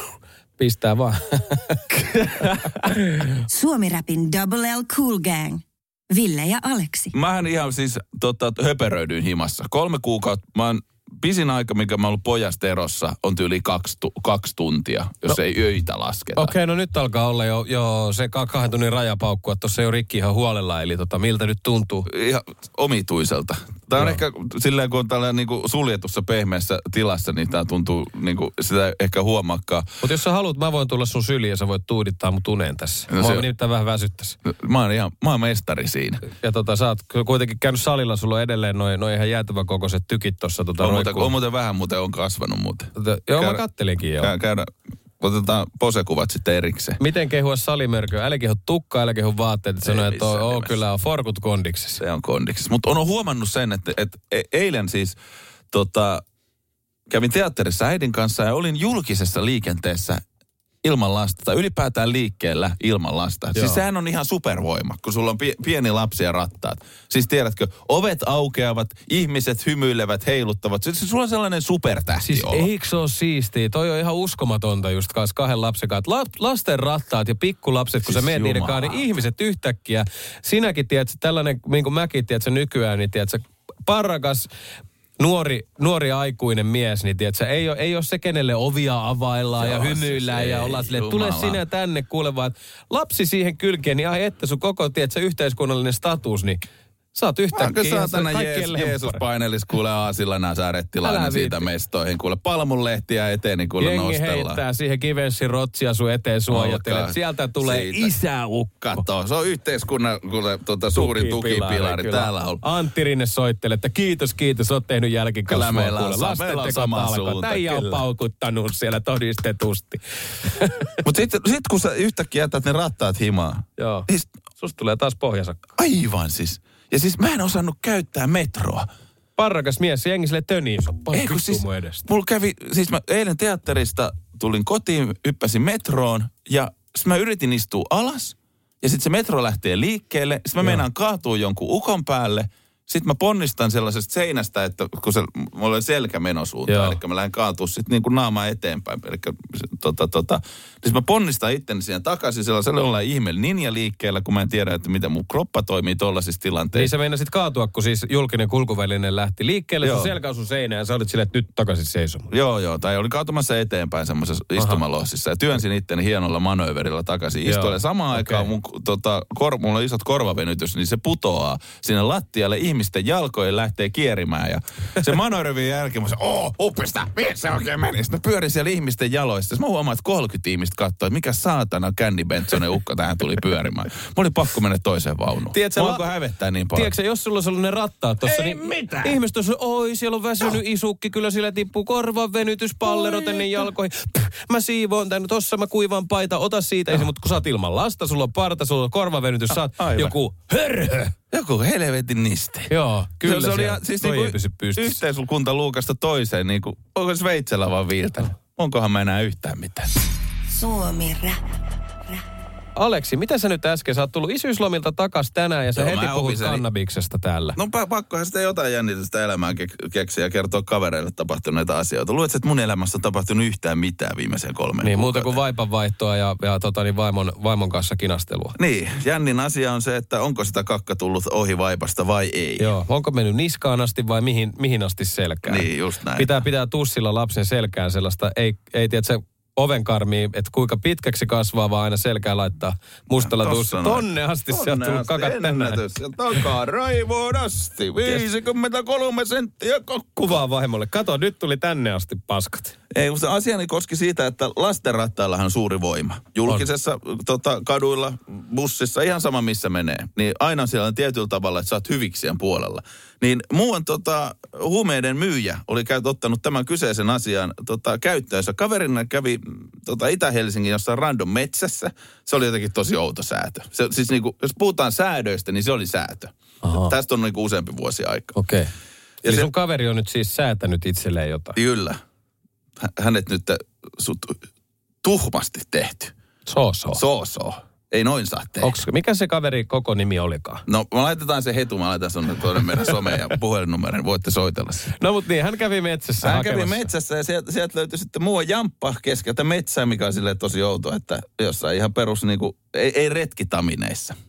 pistää vaan. Suomi Rapin Double L Cool Gang. Ville ja Aleksi. Mähän ihan siis tota, höperöidyin himassa. Kolme kuukautta, mä oon, pisin aika, mikä mä oon ollut pojasta erossa, on tyyli kaksi, tu, kaksi tuntia, jos no, ei öitä lasketa. Okei, okay, no nyt alkaa olla jo, jo se kahden tunnin rajapaukkua, tuossa ei ole rikki ihan huolella, eli tota, miltä nyt tuntuu? Ihan omituiselta. Tämä on Joo. ehkä silleen, kun on tällä niinku suljetussa pehmeässä tilassa, niin tämä tuntuu, niinku, sitä ehkä huomaakaan. Mutta jos sä haluat, mä voin tulla sun syliin ja sä voit tuudittaa mut uneen tässä. No, mä oon nimittäin vähän väsyttäisi. Mä oon ihan, mä oon mestari siinä. Ja tota, sä oot kuitenkin käynyt salilla, sulla on edelleen noin noi ihan jäätävän kokoiset tykit tossa. Tota, on, muuten, on muuten vähän, muuten on kasvanut muuten. Tota, joo, käydä, mä kattelinkin joo. Käydä, käydä, otetaan posekuvat sitten erikseen. Miten kehua salimörköä? Älä kehu tukkaa, älä kehu vaatteet. Että sanoo, että on, on, kyllä on forkut kondiksessa. Se on kondiksessa. Mutta on huomannut sen, että, että eilen siis tota, kävin teatterissa äidin kanssa ja olin julkisessa liikenteessä ilman lasta. Tai ylipäätään liikkeellä ilman lasta. Joo. Siis sehän on ihan supervoima, kun sulla on pie, pieni lapsi ja rattaat. Siis tiedätkö, ovet aukeavat, ihmiset hymyilevät, heiluttavat. Siis sulla on sellainen supertähti siis olla. Eikö se ole siistiä? Toi on ihan uskomatonta just kanssa kahden lapsen kanssa. La, lasten rattaat ja pikkulapset, kun siis sä meet niiden kanssa, niin ihmiset yhtäkkiä. Sinäkin, tiedätkö, tällainen, niin kuin mäkin, tiedätkö, nykyään, niin tiedätkö, parrakas nuori, nuori aikuinen mies, niin tiedätkö, ei ole, ei ole se, kenelle ovia availlaan joo, ja hymyillään siis ja ollaan silleen, että tule sinä tänne kuule vaan, lapsi siihen kylkeen, niin ai että sun koko, tiedätkö, yhteiskunnallinen status, niin sä oot yhtäkkiä ihan se kaikkein Jees, Jeesus painelis kuule aasilla Nasarettilainen siitä mestoihin. Kuule palmunlehtiä eteen, niin kuule jengi nostellaan. Jengi heittää siihen kivenssin rotsia sun eteen suojattelee. Sieltä tulee siitä isäukko. Kato, se on yhteiskunnan kuule, tuota, suurin tukipilari. Kyllä. Täällä on. Antti Rinne soittelee, että kiitos, kiitos, oot tehnyt jälkikasvua. Kyllä meillä on, kuule, meillä on sama suunta. Täijä on paukuttanut siellä todistetusti. Mutta sitten sit, kun sä yhtäkkiä jätät ne rattaat himaan. Joo, niin, susta tulee taas pohjasakka. Aivan siis. Ja siis mä en osannut käyttää metroa. Parrakas mies, jengi sille töniin. Ei kun siis, mulla kävi, siis mä eilen teatterista tulin kotiin, hyppäsin metroon ja mä yritin istua alas. Ja sitten se metro lähtee liikkeelle. Sitten mä meinaan kaatua jonkun ukon päälle. Sitten mä ponnistan sellaisesta seinästä, että kun se, mulla oli selkä menosuuntaan, eli mä lähden kaatua sitten niin kuin naamaa eteenpäin. Eli tota, tota. Siis mä ponnistan itteni siihen takaisin sellaisella jollain ihmeellä ninja-liikkeellä, kun mä en tiedä, että miten mun kroppa toimii tollaisissa tilanteissa. Niin sä meinasit kaatua, kun siis julkinen kulkuväline lähti liikkeelle, joo. Sun selkä osui seinään ja sä olit silleen, että nyt takaisin seisomaan. Joo, joo, tai oli kaatumassa eteenpäin semmoisessa istumalohsissa ja työnsin itteni hienolla manööverillä takaisin istuille. Samaan okay. aikaan mun, tota, kor, mulla on isot korvavenytys, niin se putoaa sinne lattialle ihmisten jalkojen lähtee kierimään ja se manöövin jälkeen mä sanoin, ooo, uppista, mihin se oikein meni? Sitten mä pyörin siellä ihmisten jaloissa. Sitten mä huomaan, että kolmekymmentä ihmistä katsoi, että mikä saatana Candy Bentsonen ukko tähän tuli pyörimään. Mä oli pakko mennä toiseen vaunuun. Tiedätkö, Voinko la- hävettää niin paljon? Tiedätkö, jos sulla olisi ollut ne rattaat tossa, ei niin mitään. Ihmiset olisi, oi, siellä on väsynyt no. isukki, kyllä sillä tippuu korvan venytys, pallerot ennen jalkoihin. Pff, mä siivoon tän, tossa mä kuivan paita, ota siitä. No. Mutta kun sä oot ilman lasta, sulla on parta, sulla on korvavenytys, sä oot Aivan. joku hörhö. Joku helvetin niste. Joo, kyllä se, se oli ihan, siis toi niinku ei pysy pystyssä. Yhteiskunta luukasta toiseen, niin kuin, onko Sveitsellä vaan viiltänyt? Onkohan mä enää yhtään mitään? Suomi Rap. Aleksi, mitä sä nyt äsken? Sä oot tullut isyyslomilta takas tänään ja sä Joo, heti puhut opisin. kannabiksesta täällä. No pakkohan sitä jotain jännitystä elämään kek- keksiä ja kertoa kavereille tapahtuneita asioita. Luuletko, että mun elämässä on tapahtunut yhtään mitään viimeiseen kolmeen Niin, muuta kuukauteen? kuin vaipanvaihtoa ja, ja tota, niin vaimon, vaimon kanssa kinastelua. Niin, jännin asia on se, että onko sitä kakka tullut ohi vaipasta vai ei. Joo, onko mennyt niskaan asti vai mihin, mihin asti selkään? Niin, just näin. Pitää pitää tussilla lapsen selkään sellaista, ei, ei tiedä, ovenkarmia, että kuinka pitkäksi kasvaa, vaan aina selkää laittaa mustalla tussilla. Tonne asti se on tullut kakat tänään. Ja takaa raivoon asti, viisikymmentäkolme senttiä kokku. Kuvaa vaimolle. Kato, nyt tuli tänne asti paskat. Ei, se asiani koski siitä, että lastenrattaillahan on suuri voima. Julkisessa tota, kaduilla, bussissa, ihan sama missä menee. Niin aina siellä on tietyllä tavalla, että sä oot hyviksien puolella. Niin muuan tota, huumeiden myyjä oli käyt, ottanut tämän kyseisen asian tota, käyttöönsä. Kaverina kävi tota, Itä-Helsingin jossain random metsässä. Se oli jotenkin tosi outo säätö. Se, siis niinku, jos puhutaan säädöistä, niin se oli säätö. Aha. Tästä on niinku useampi vuosi aikaa. Okei. Okay. Eli se, sun kaveri on nyt siis säätänyt itselleen jotain. Kyllä. Hänet nyt sut, tuhmasti tehty. So-so. So-so. Ei noin saa tehdä. Onks, mikä se kaveri koko nimi olikaan? No, me laitetaan se hetu, mä laitan sun tuonne meidän some- ja puhelinnumero, niin voitte soitella sen. No, mutta niin, hän kävi metsässä Hän hakemassa. kävi metsässä ja sieltä, sieltä löytyi sitten muu jamppa keskeltä metsää, mikä on silleen tosi outo, että jossain ihan perus niinku, ei, ei retkitamineissa.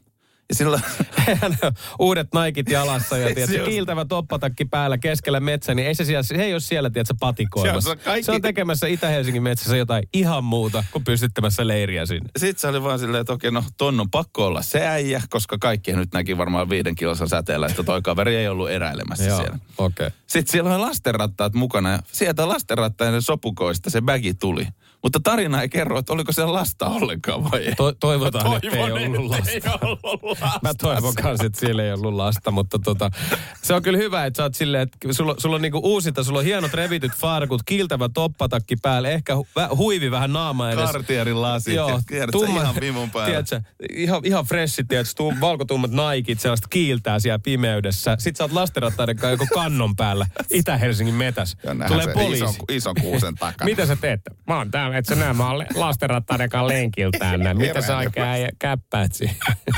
Ja silloin... Uudet Nikit jalassa ja tiedätkö, just... kiiltävä toppatakki päällä keskellä metsää, niin ei se, siellä, se ei ole siellä, tiedätkö, patikoimassa. Se on, kaikki... se on tekemässä Itä-Helsingin metsässä jotain ihan muuta kuin pystyttämässä leiriä sinne. Sitten se oli vaan silleen, että okei, no ton on pakko olla se äijä, koska kaikki nyt näki varmaan viiden kilosan säteellä, että toi kaveri ei ollut eräilemässä Joo, siellä. Okay. Sitten siellä on lastenrattaat mukana ja sieltä lastenrattaiden sopukoista se bägi tuli. Mutta tarina ei kerro, että oliko siellä lasta ollenkaan vai ei. To- toivotaan, Toivon, että ei ollut lasta. Ei ollut lasta. Mä toivon kanssa, että siellä ei ollut lasta, mutta tota, se on kyllä hyvä, että sä oot silleen, että sulla, sulla on niinku uusinta, sulla on hienot revityt farkut, kiiltävä toppatakki päällä, ehkä hu, väh, huivi vähän naama edes. Kartierin lasit, joo, tiedät tumma, sä ihan vivun päällä. Tiedätkö, ihan, ihan freshit, tiedätkö, tum, valkotummat Nikit, sellaista kiiltää siellä pimeydessä. Sitten sä oot lastenrattaiden kanssa joku kannon päällä Itä-Helsingin metäs. Tulee poliisi. Ison, ison kuusen takana. Mitä sä teet? Mä oon täällä, et sä näe, mä oon lastenrattaiden kanssa lenkiltään näin. Mitä sä oikein käppäät siihen?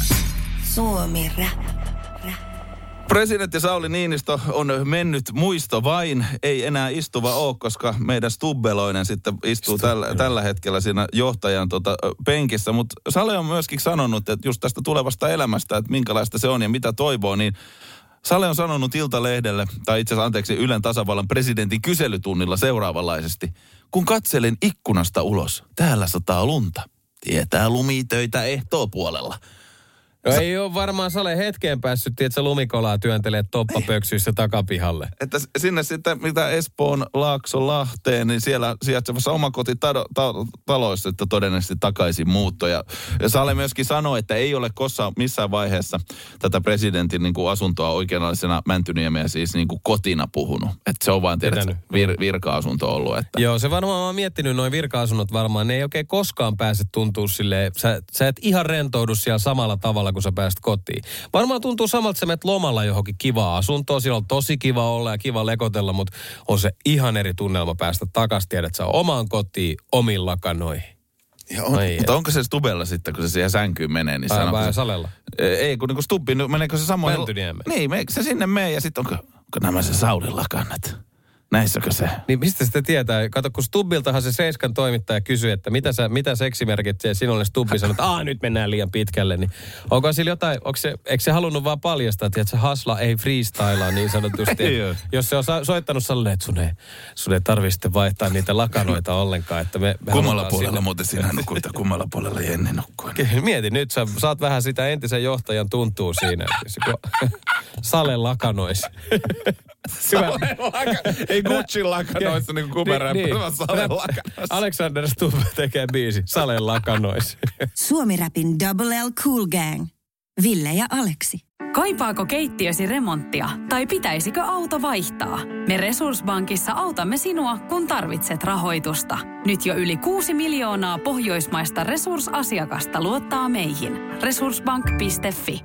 Suomi Rap. Presidentti Sauli Niinistö on mennyt muisto vain, ei enää istuva ole, koska meidän Stubbeloinen sitten istuu tällä, tällä hetkellä siinä johtajan tota, penkissä. Mutta Sale on myöskin sanonut, että just tästä tulevasta elämästä, että minkälaista se on ja mitä toivoo, niin Sale on sanonut Iltalehdelle, tai itse asiassa anteeksi Ylen tasavallan presidentin kyselytunnilla seuraavanlaisesti. Kun katselen ikkunasta ulos, täällä sataa lunta. Tietää lumitöitä ehtoopuolella. No ei ole varmaan Sale hetkeen päässyt, että se lumikolaa työntelee toppapöksyissä takapihalle. Että sinne sitten, mitä Espoon, Laakson, Lahteen, niin siellä sijaitsevassa omakotitaloissa, että todennäköisesti takaisin muutto. Ja Sale myöskin sanoi, että ei ole koskaan missään vaiheessa tätä presidentin niin kuin asuntoa oikeanlaisena Mäntyniemeä siis niin kuin kotina puhunut. Että se on vaan tiedät, vir, virka-asunto ollut. Että. Joo, se varmaan mä oon miettinyt noin virka-asunnot varmaan. Ne ei oikein koskaan pääse tuntuu silleen, sä, sä et ihan rentoudu siellä samalla tavalla, kun sä pääset kotiin. Varmaan tuntuu samalta, että sä menet lomalla johonkin kivaa asuntoa. Siellä on tosi kiva olla ja kiva lekotella, mutta on se ihan eri tunnelma päästä takaisin. Tiedät, että sä omaan kotiin, omiin lakanoihin. Ja on, mutta onko se Stubella sitten, kun se siihen sänkyyn menee? Niin Ai, vai Salella? Ei, kun niin Stubbi, meneekö se samoin? Mäntyniemeen. Niin, meneekö se sinne mee ja sitten onko, onko nämä se Saulin lakanat? Näissäkö se? Niin mistä sitä tietää? Kato, kun Stubbiltahan se Seiskan toimittaja kysyi, että mitä, sä, mitä seksimerkit sinulle Stubbi sanoi, että aah, nyt mennään liian pitkälle. Niin onko sillä jotain, onko se, eikö se halunnut vaan paljastaa, että se hasla ei freestylaa niin sanotusti. Jos se on soittanut Salle, että sun ei, sun ei tarvitse sitten vaihtaa niitä lakanoita ollenkaan. Että me, me kummalla puolella sinne. Muuten sinä nukut ja kummalla puolella Jenni nukkuu. Mieti nyt, sä saat vähän sitä entisen johtajan tuntuu siinä. Sale lakanois. Ei Gucci lakanoissa niin kuin kumeräppä, vaan Sale lakanoissa. Alexander Stubb tekee biisi, Sale lakanoissa. Suomi Rapin Double L Cool Gang. Ville ja Aleksi. Kaipaako keittiösi remonttia tai pitäisikö auto vaihtaa? Me Resurssbankissa autamme sinua, kun tarvitset rahoitusta. Nyt jo yli kuusi miljoonaa pohjoismaista resursasiakasta luottaa meihin. Resurssbank piste fi.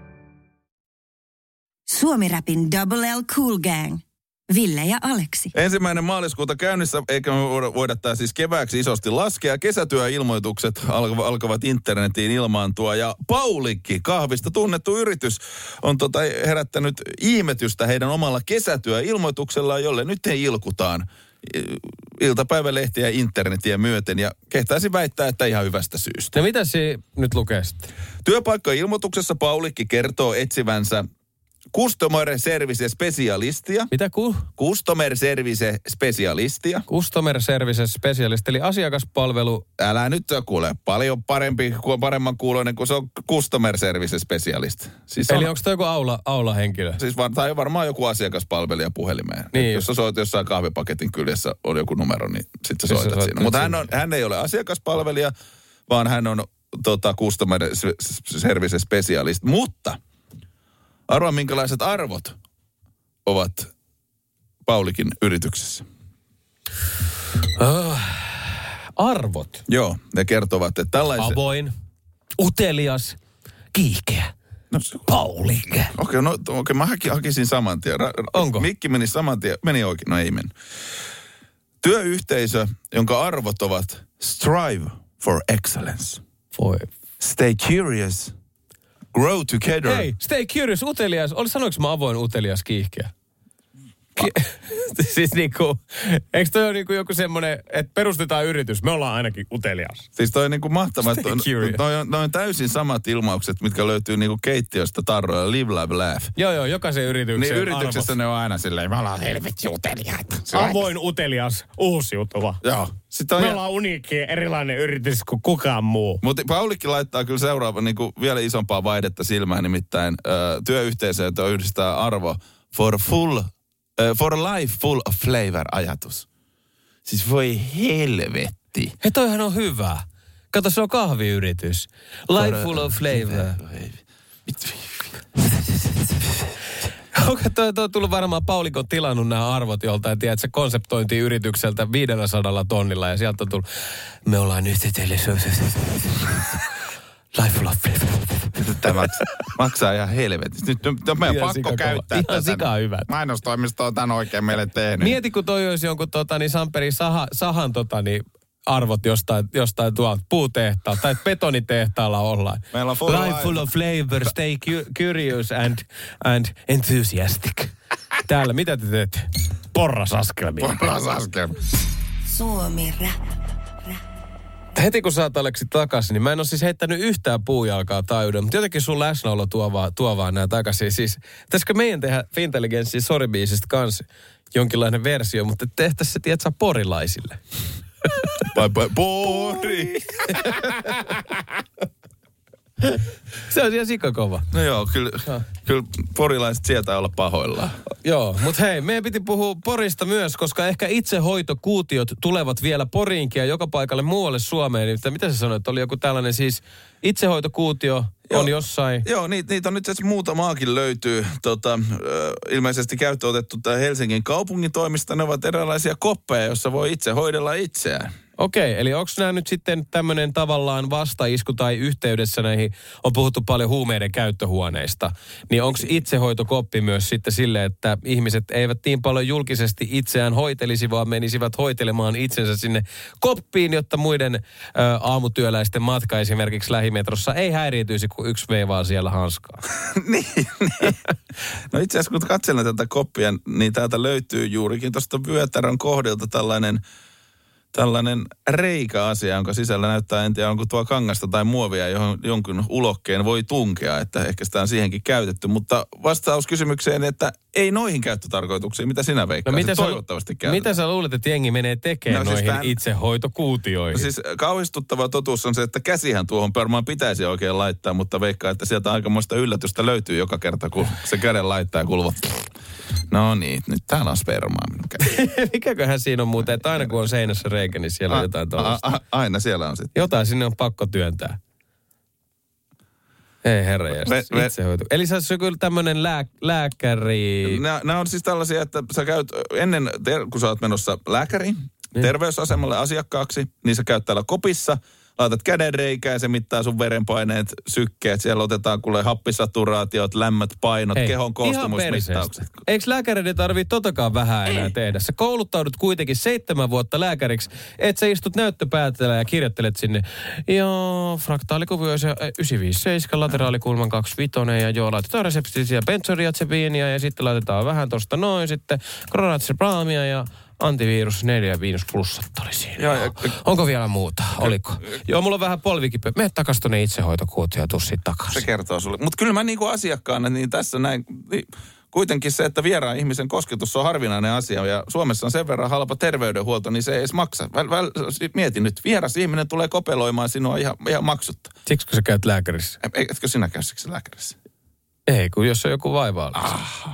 Suomi Rapin Double L Cool Gang. Ville ja Aleksi. Ensimmäinen maaliskuuta käynnissä, eikä me voida, voida tämä siis kevääksi isosti laskea. Kesätyöilmoitukset alkavat, alkavat internetiin ilmaantua. Ja Paulikki, kahvista tunnettu yritys, on tota herättänyt ihmetystä heidän omalla kesätyöilmoituksellaan, jolle nyt he ilkutaan iltapäivälehtiä ja internetiä myöten. Ja kehtaisin väittää, että ihan hyvästä syystä. Ja mitä se nyt lukee sitten? Työpaikka-ilmoituksessa Paulikki kertoo etsivänsä Customer Service Specialistia. Mitä ku? Customer Service Specialistia. Customer Service Specialist, eli asiakaspalvelu. Älä nyt kuule, paljon parempi kuin paremman kuuloinen kuin se on Customer Service Specialist. Siis eli on, onko toi joku aula, aula-henkilö? Siis var, tai varmaan joku asiakaspalvelija puhelimeen. Niin. Jos sä soit jossain kahvipaketin kyljessä, on joku numero, niin sit sä soitat sä siinä. Mutta hän, hän ei ole asiakaspalvelija, vaan hän on tota, Customer Service Specialist. Mutta arvaa, minkälaiset arvot ovat Paulikin yrityksessä? Oh, arvot? Joo, ne kertovat, että tällaisen... Avoin, utelias, kiihkeä, no, Paulik. Okei, okay, no okei, okay, mä haki, hakisin saman tien. Ra- Onko? Mikki meni saman tien, meni oikein, no ei mennyt. Työyhteisö, jonka arvot ovat strive for excellence. Voi. Stay curious. Grow together. Hei, stay curious, utelias. Oli sanoinko mä avoin, utelias, kiihkeä? Siis niinku, eikö toi ole niinku joku semmoinen, että perustetaan yritys, me ollaan ainakin utelias. Siis toi on niinku mahtavaa, että Stay curious. noi on, noi on täysin samat ilmaukset, mitkä löytyy niinku keittiöstä tarroilla. Live, laugh, laugh. Joo, joo, jokaisen yrityksen Niin yrityksessä arvot. ne on aina silleen, me ollaan helvetti uteliaita. Avoin, utelias, uusiutuva. Joo. Sitten on Me jä- ollaan uniikki erilainen yritys kuin kukaan muu. Mutta Paulikki laittaa kyllä seuraava niin kuin vielä isompaa vaihdetta silmään, nimittäin ö, työyhteisö, jota yhdistää arvo for full, ö, for life full of flavor -ajatus. Siis voi helvetti. Hei, toihan on hyvä. Kato, se on kahviyritys. Life full of flavor. Onko toi, toi tullut varmaan, Paulikko on tilannut nämä arvot joltain, tiedätkö, konseptointiyritykseltä viidelläsadalla tonnilla ja sieltä on tullut, me ollaan yhteydessä. Life full of flavor. Nyt tämä maksaa, maksaa ihan helvetti. Nyt, nyt on meidän Ihan pakko sikakova. käyttää Ihan tätä. sikaa hyvät. Mainostoimisto on tämän oikein meille tehnyt. Mieti, kun toi olisi jonkun tota, niin Samperin saha, sahan tota, niin, arvot jostain, jostain tuolta puutehtaalta tai betonitehtaalla ollaan. Meillä on full Life life. full of flavor, stay cu- curious and, and enthusiastic. Täällä, mitä te teette? Porrasaskelmia. Paras askel. Suomi Rap. Heti kun saat Aleksi takaisin, niin mä en ole siis heittänyt yhtään puujalkaa taajuuden, mutta jotenkin sun läsnäolo tuo vaan, tuo vaan nämä takaisin. Siis, pitäisikö meidän tehdä Fintelligenssin Sorry-biisistä kans jonkinlainen versio, mutta tehtäisiin se, tiedätkö, porilaisille. Bye bye, Pori. Se on ihan sikakova. No joo, kyllä, kyllä porilaiset sieltä olla pahoillaan. Joo, mutta hei, meidän piti puhua Porista myös, koska ehkä itsehoitokuutiot tulevat vielä Poriinkin ja joka paikalle muualle Suomeen. Niin, mitä sä sanoit, oli joku tällainen siis itsehoitokuutio Joo. on jossain. Joo, niitä, niitä on nyt itse muutamaakin löytyy. Tota, ö, ilmeisesti käyttöön otettu tää Helsingin kaupungin toimista. Ne ovat erilaisia koppeja, joissa voi itse hoidella itseään. Okei, eli onko nämä nyt sitten tämmöinen tavallaan vastaisku tai yhteydessä näihin, on puhuttu paljon huumeiden käyttöhuoneista, niin onko itsehoitokoppi myös sitten sille, että ihmiset eivät niin paljon julkisesti itseään hoitelisi, vaan menisivät hoitelemaan itsensä sinne koppiin, jotta muiden ä, aamutyöläisten matka esimerkiksi lähimetrossa ei häiriintyisi, kun yksi veivaa siellä hanskaa. niin, niin. No itse asiassa kun katselen tätä koppia, niin täältä löytyy juurikin tuosta vyötärön kohdilta tällainen tällainen reikä-asia, jonka sisällä näyttää, en tiedä onko tuo kangasta tai muovia, johon jonkun ulokkeen voi tunkea, että ehkä sitä on siihenkin käytetty. Mutta vastaus kysymykseen, että ei noihin käyttötarkoituksiin, mitä sinä veikkaat, No mitä sä, toivottavasti käytetään. mitä sä luulet, että jengi menee tekemään No no, siis noihin tämän- itsehoitokuutioihin? No siis kauhistuttava totuus on se, että käsihän tuohon varmaan pitäisi oikein laittaa, mutta veikkaa, että sieltä aikamoista yllätystä löytyy joka kerta, kun se käden laittaa ja kuuluvat. No niin, nyt täällä on spermaa minun kädessä. Mikäköhän siinä on muuten, että aina kun on seinässä reikä, niin siellä on jotain tuollaista. A, a, aina siellä on sitten. Jotain sinne on pakko työntää. Ei herra jästäs, Me- me- itsehoito. Eli sä oot kyllä tämmönen lää, lääkäri... Nämä, nämä on siis tällaisia, että sä käyt ennen, ter- kun sä oot menossa lääkäriin, Niin. terveysasemalle asiakkaaksi, niin sä käyt täällä kopissa, laitat käden reikään ja se mittaa sun verenpaineet, sykkeet. Siellä otetaan kuule happisaturaatiot, lämmöt, painot, Hei, kehon ihan koostumusmittaukset. perseestä. Eikö lääkäreiden tarvii totakaan vähän enää tehdä? Sä kouluttaudut kuitenkin seitsemän vuotta lääkäriksi, että sä istut näyttöpäätellä ja kirjoittelet sinne. Joo, fraktaalikuvio yhdeksänsataaviisikymmentäseitsemän, lateraalikulman kaksikymmentäviisi ja joo, laitetaan reseptisiä benzodiazepiinia ja sitten laitetaan vähän tosta noin, sitten klorazepamia ja antivirus neljä miinus plussat oli siinä. Joo, ja- Onko vielä muuta? Oliko? Joo, mulla on vähän polvikipeä. Mene takas tonne itsehoitokuutioon ja tuu sit Se takaisin. kertoo sulle. Mutta kyllä mä niinku asiakkaana, niin tässä näin, niin kuitenkin se, että vieraan ihmisen kosketus on harvinainen asia ja Suomessa on sen verran halpa terveydenhuolto, niin se ei edes maksa. Väl, väl, mieti nyt, vieras ihminen tulee kopeloimaan sinua ihan, ihan maksutta. Siksi kun sä käyt lääkärissä? E- Etkö sinä käy siksi lääkärissä? Ei, kun jos on joku vaiva olisi.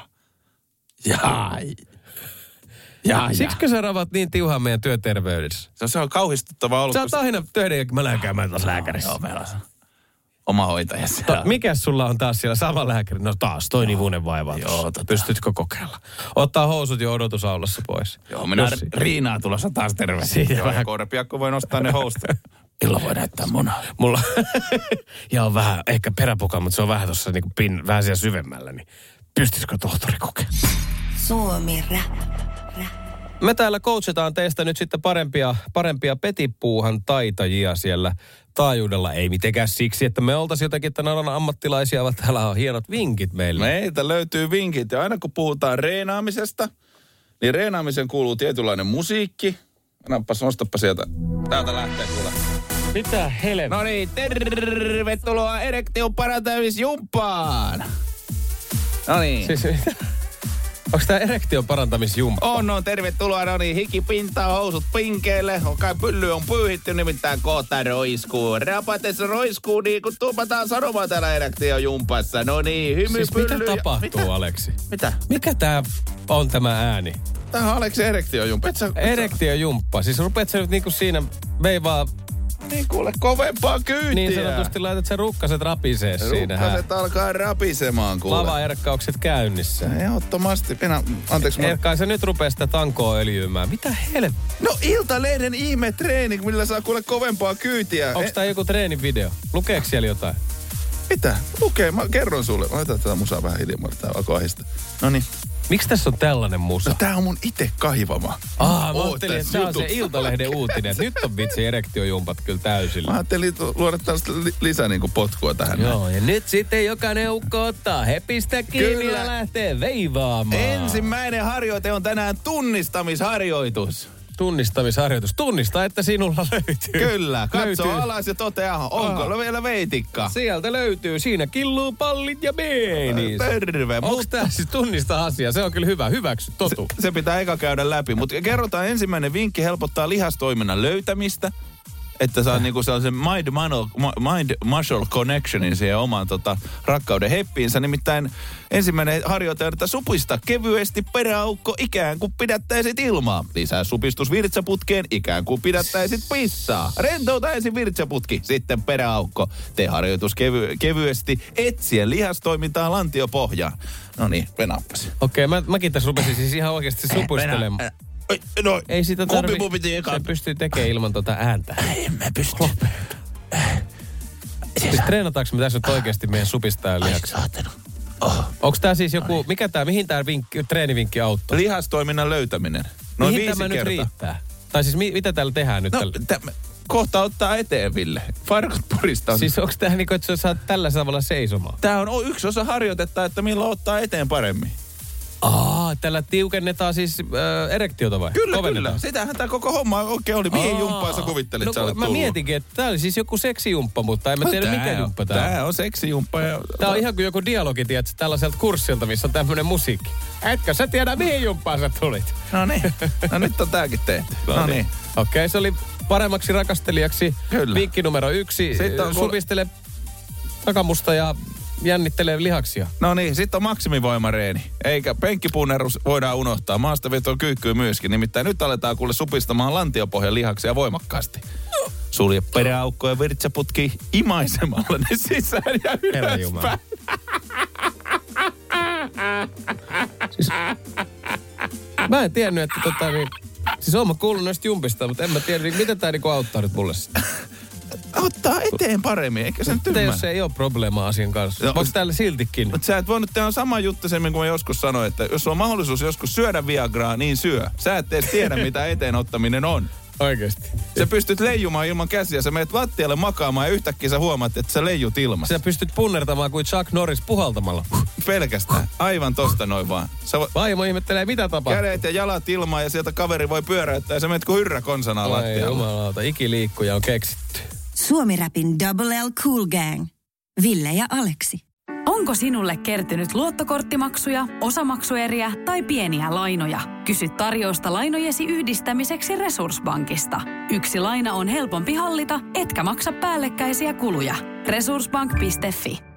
Jai. Ja, Siksi sä ravat niin tiuhaan meidän työterveydessä? Se on, se on kauhistuttava ollut. Sä kun oot se- aina töiden ja mä lähden käymään taas lääkärissä. Joo, meillä on oma hoitaja siellä. To, mikäs sulla on taas siellä sama lääkäri? No taas, toi nivunen vaiva. Joo, Joo, tota. Pystytkö kokeilla? Ottaa housut jo odotusaulassa pois. Joo, minä Jos- Riinaa tulossa taas terve. Siitä Joo, vähän- ja koirapiakko voi nostaa ne housut. Milloin voi näyttää munaa? Mulla ja on vähän, ehkä peräpuka, mutta se on vähän tuossa niinku pin, vähän siellä syvemmällä, niin pystyisikö tohtori kokemaan? Suomi Rap. Me täällä coachataan teistä nyt sitten parempia, parempia petipuuhan taitajia siellä taajuudella. Ei mitenkään siksi, että me oltaisiin jotenkin tämän alan ammattilaisia, vaan täällä on hienot vinkit meille. Meiltä löytyy vinkit ja aina kun puhutaan reenaamisesta, niin reenaamisen kuuluu tietynlainen musiikki. Nappas, nostappa sieltä. Täältä lähtee kuule. Mitä helvettiä? No niin, tervetuloa erektion parantamisjumppaan. No niin. Siis mitä? Onko tää erektion parantamisjumppa? On, on, tervetuloa. No niin, hiki pintaa, housut pinkeille. Kai pylly on pyyhitty, nimittäin kohta roiskuu. Rapatessa roiskuu, niin kuin tuupataan sanomaan täällä erektion jumpassa. No niin, hymy Siis pylly. mitä tapahtuu, Mitä? Aleksi? Mitä? Mikä tää on tämä ääni? Tää on Aleksi erektion jumppa. Et sä, Erektiojumppa. Siis rupeat sä nyt niinku siinä veivaa... Niin kuule, kovempaa kyytiä. Niin sanotusti laitat sä rukkaset rapisee siinä. Rukkaset alkaa rapisemaan, kuule. Lavaerkkaukset käynnissä. Ehdottomasti. Minä, anteeksi. Mä... Erkkai sä nyt rupee sitä tankoa öljymään. Mitä helvettiä? No Iltalehden ihme treeni, millä saa kuule kovempaa kyytiä. Onks tää joku treenivideo? Lukeeko siellä jotain? Mitä? Lukee, mä kerron sulle. Mä otan tätä musaa vähän hiljemmalle, tää alkoi ahdista. Noniin. Miksi tässä on tällainen musa? No tää on mun ite kaivama. Ah, mä ajattelin, että tää on se Iltalehden uutinen. Että nyt on vitsi erektiojumpat kyllä täysillä. Mä ajattelin luoda tällaista li- lisää niinku potkua tähän. Joo, ja nyt sitten jokainen ukko ottaa hepistä kiinni Kyllä. ja lähtee veivaamaan. Ensimmäinen harjoite on tänään tunnistamisharjoitus. Tunnistamisharjoitus. Tunnista, että sinulla löytyy. Kyllä, katso Löytyy. alas ja totea, onko Aha. vielä veitikka. Sieltä löytyy. Siinä killuu pallit ja beenis. Terve, Onko mutta tää siis tunnista asia? Se on kyllä hyvä. Hyväksy, totu. se pitää eka käydä läpi. Mutta kerrotaan ensimmäinen vinkki helpottaa lihastoiminnan löytämistä. Että saa niinku sellaisen mind, mano, mind muscle connectionin siihen omaan tota, rakkauden heppiinsä. Nimittäin ensimmäinen harjoite on, että supista kevyesti peräaukko ikään kuin pidättäisit ilmaa. Lisää supistus virtsaputkeen ikään kuin pidättäisit pissaa. Rentouta ensin virtsaputki, sitten peräaukko. Tee harjoitus kevy- kevyesti etsien lihastoimintaa lantiopohjaan. No niin, venappasi. Okei, mä, mäkin tässä rupesin siis ihan oikeasti supustelemaan. No, Ei sitä kumpi tarvi. mun piti eka? Se pystyy tekemään ilman tota ääntä. En mä pysty. Siis treenataanko me tässä nyt oikeasti meidän supistajan lihaksi? Oh. Onko tää siis joku, mikä tää, mihin tää vinkki, treenivinkki auttaa? Lihastoiminnan löytäminen. Noin Mihin viisi tämä nyt kertaa. riittää? Tai siis mi, mitä täällä tehdään nyt? No, tällä? täm, kohta ottaa eteen, Ville. Farkut puristaa. Siis onko tää niinku, että sä saat tällä tavalla seisomaan? Tää on yksi osa harjoitetta, että milloin ottaa eteen paremmin. Aa, tällä tiukennetaan siis äh, erektiota vai? Kyllä, Kovennetaan? kyllä. Sitähän tää koko homma oikein oli. Mihin Aa. jumppaan sä kuvittelit, no, sä olet mä tullut? mietinkin, että tää oli siis joku seksijumppa, mutta en mä tiedä mikä on, jumppa tää on. Tää on seksijumppa. Ja... Tää on ihan kuin joku dialogi, tiedätkö, tällaiselta kurssilta, missä on tämmönen musiikki. Etkö sä tiedä, mihin jumppaan sä tulit? No niin. No nyt on tääkin tehty. No niin. Okei, okay, se oli paremmaksi rakastelijaksi. Kyllä. Vinkki numero yksi. Sitten on- Supistele takamusta ja jännittelee lihaksia. No niin, sitten on maksimivoimareeni. Eikä penkkipunnerus voidaan unohtaa. Maastaveto kyykkyy myöskin. Nimittäin nyt aletaan kuule supistamaan lantiopohjan lihaksia voimakkaasti. Sulje peräaukko ja virtsaputki imaisemalla ne sisään ja Herra Jumala. ylöspäin. Siis, mä en tiennyt, että tota niin... Siis oon mä kuullut noista jumpista, mutta en mä tiedä, niin miten tää niinku auttaa nyt mulle sitä. Ottaa eteen paremmin, eikä sen Mitä tymmää. jos ei ole probleemaa asian kanssa? No, Voiko täällä siltikin? Mutta sä et voinut tehdä sama juttu sen, kun mä joskus sanoin, että jos on mahdollisuus joskus syödä Viagraa, niin syö. Sä et edes tiedä, mitä eteen ottaminen on. Oikeesti. Sä pystyt leijumaan ilman käsiä, sä menet lattialle makaamaan ja yhtäkkiä sä huomaat, että sä leijut ilmassa. Sä pystyt punnertamaan kuin Chuck Norris puhaltamalla. Pelkästään. Aivan tosta noin vaan. Sä vo- Vaimo ihmettelee, mitä tapahtuu. kädet ja jalat ilmaan ja sieltä kaveri voi pyöräyttää ja sä menet kuin hyrrä konsanaan Ai lattialle. jumalauta, ikiliikkuja on keksitty. Suomi-rapin Double L Cool Gang. Ville ja Aleksi. Onko sinulle kertynyt luottokorttimaksuja, osamaksueriä tai pieniä lainoja? Kysy tarjousta lainojesi yhdistämiseksi Resurssbankista. Yksi laina on helpompi hallita, etkä maksa päällekkäisiä kuluja. Resurssbank piste fi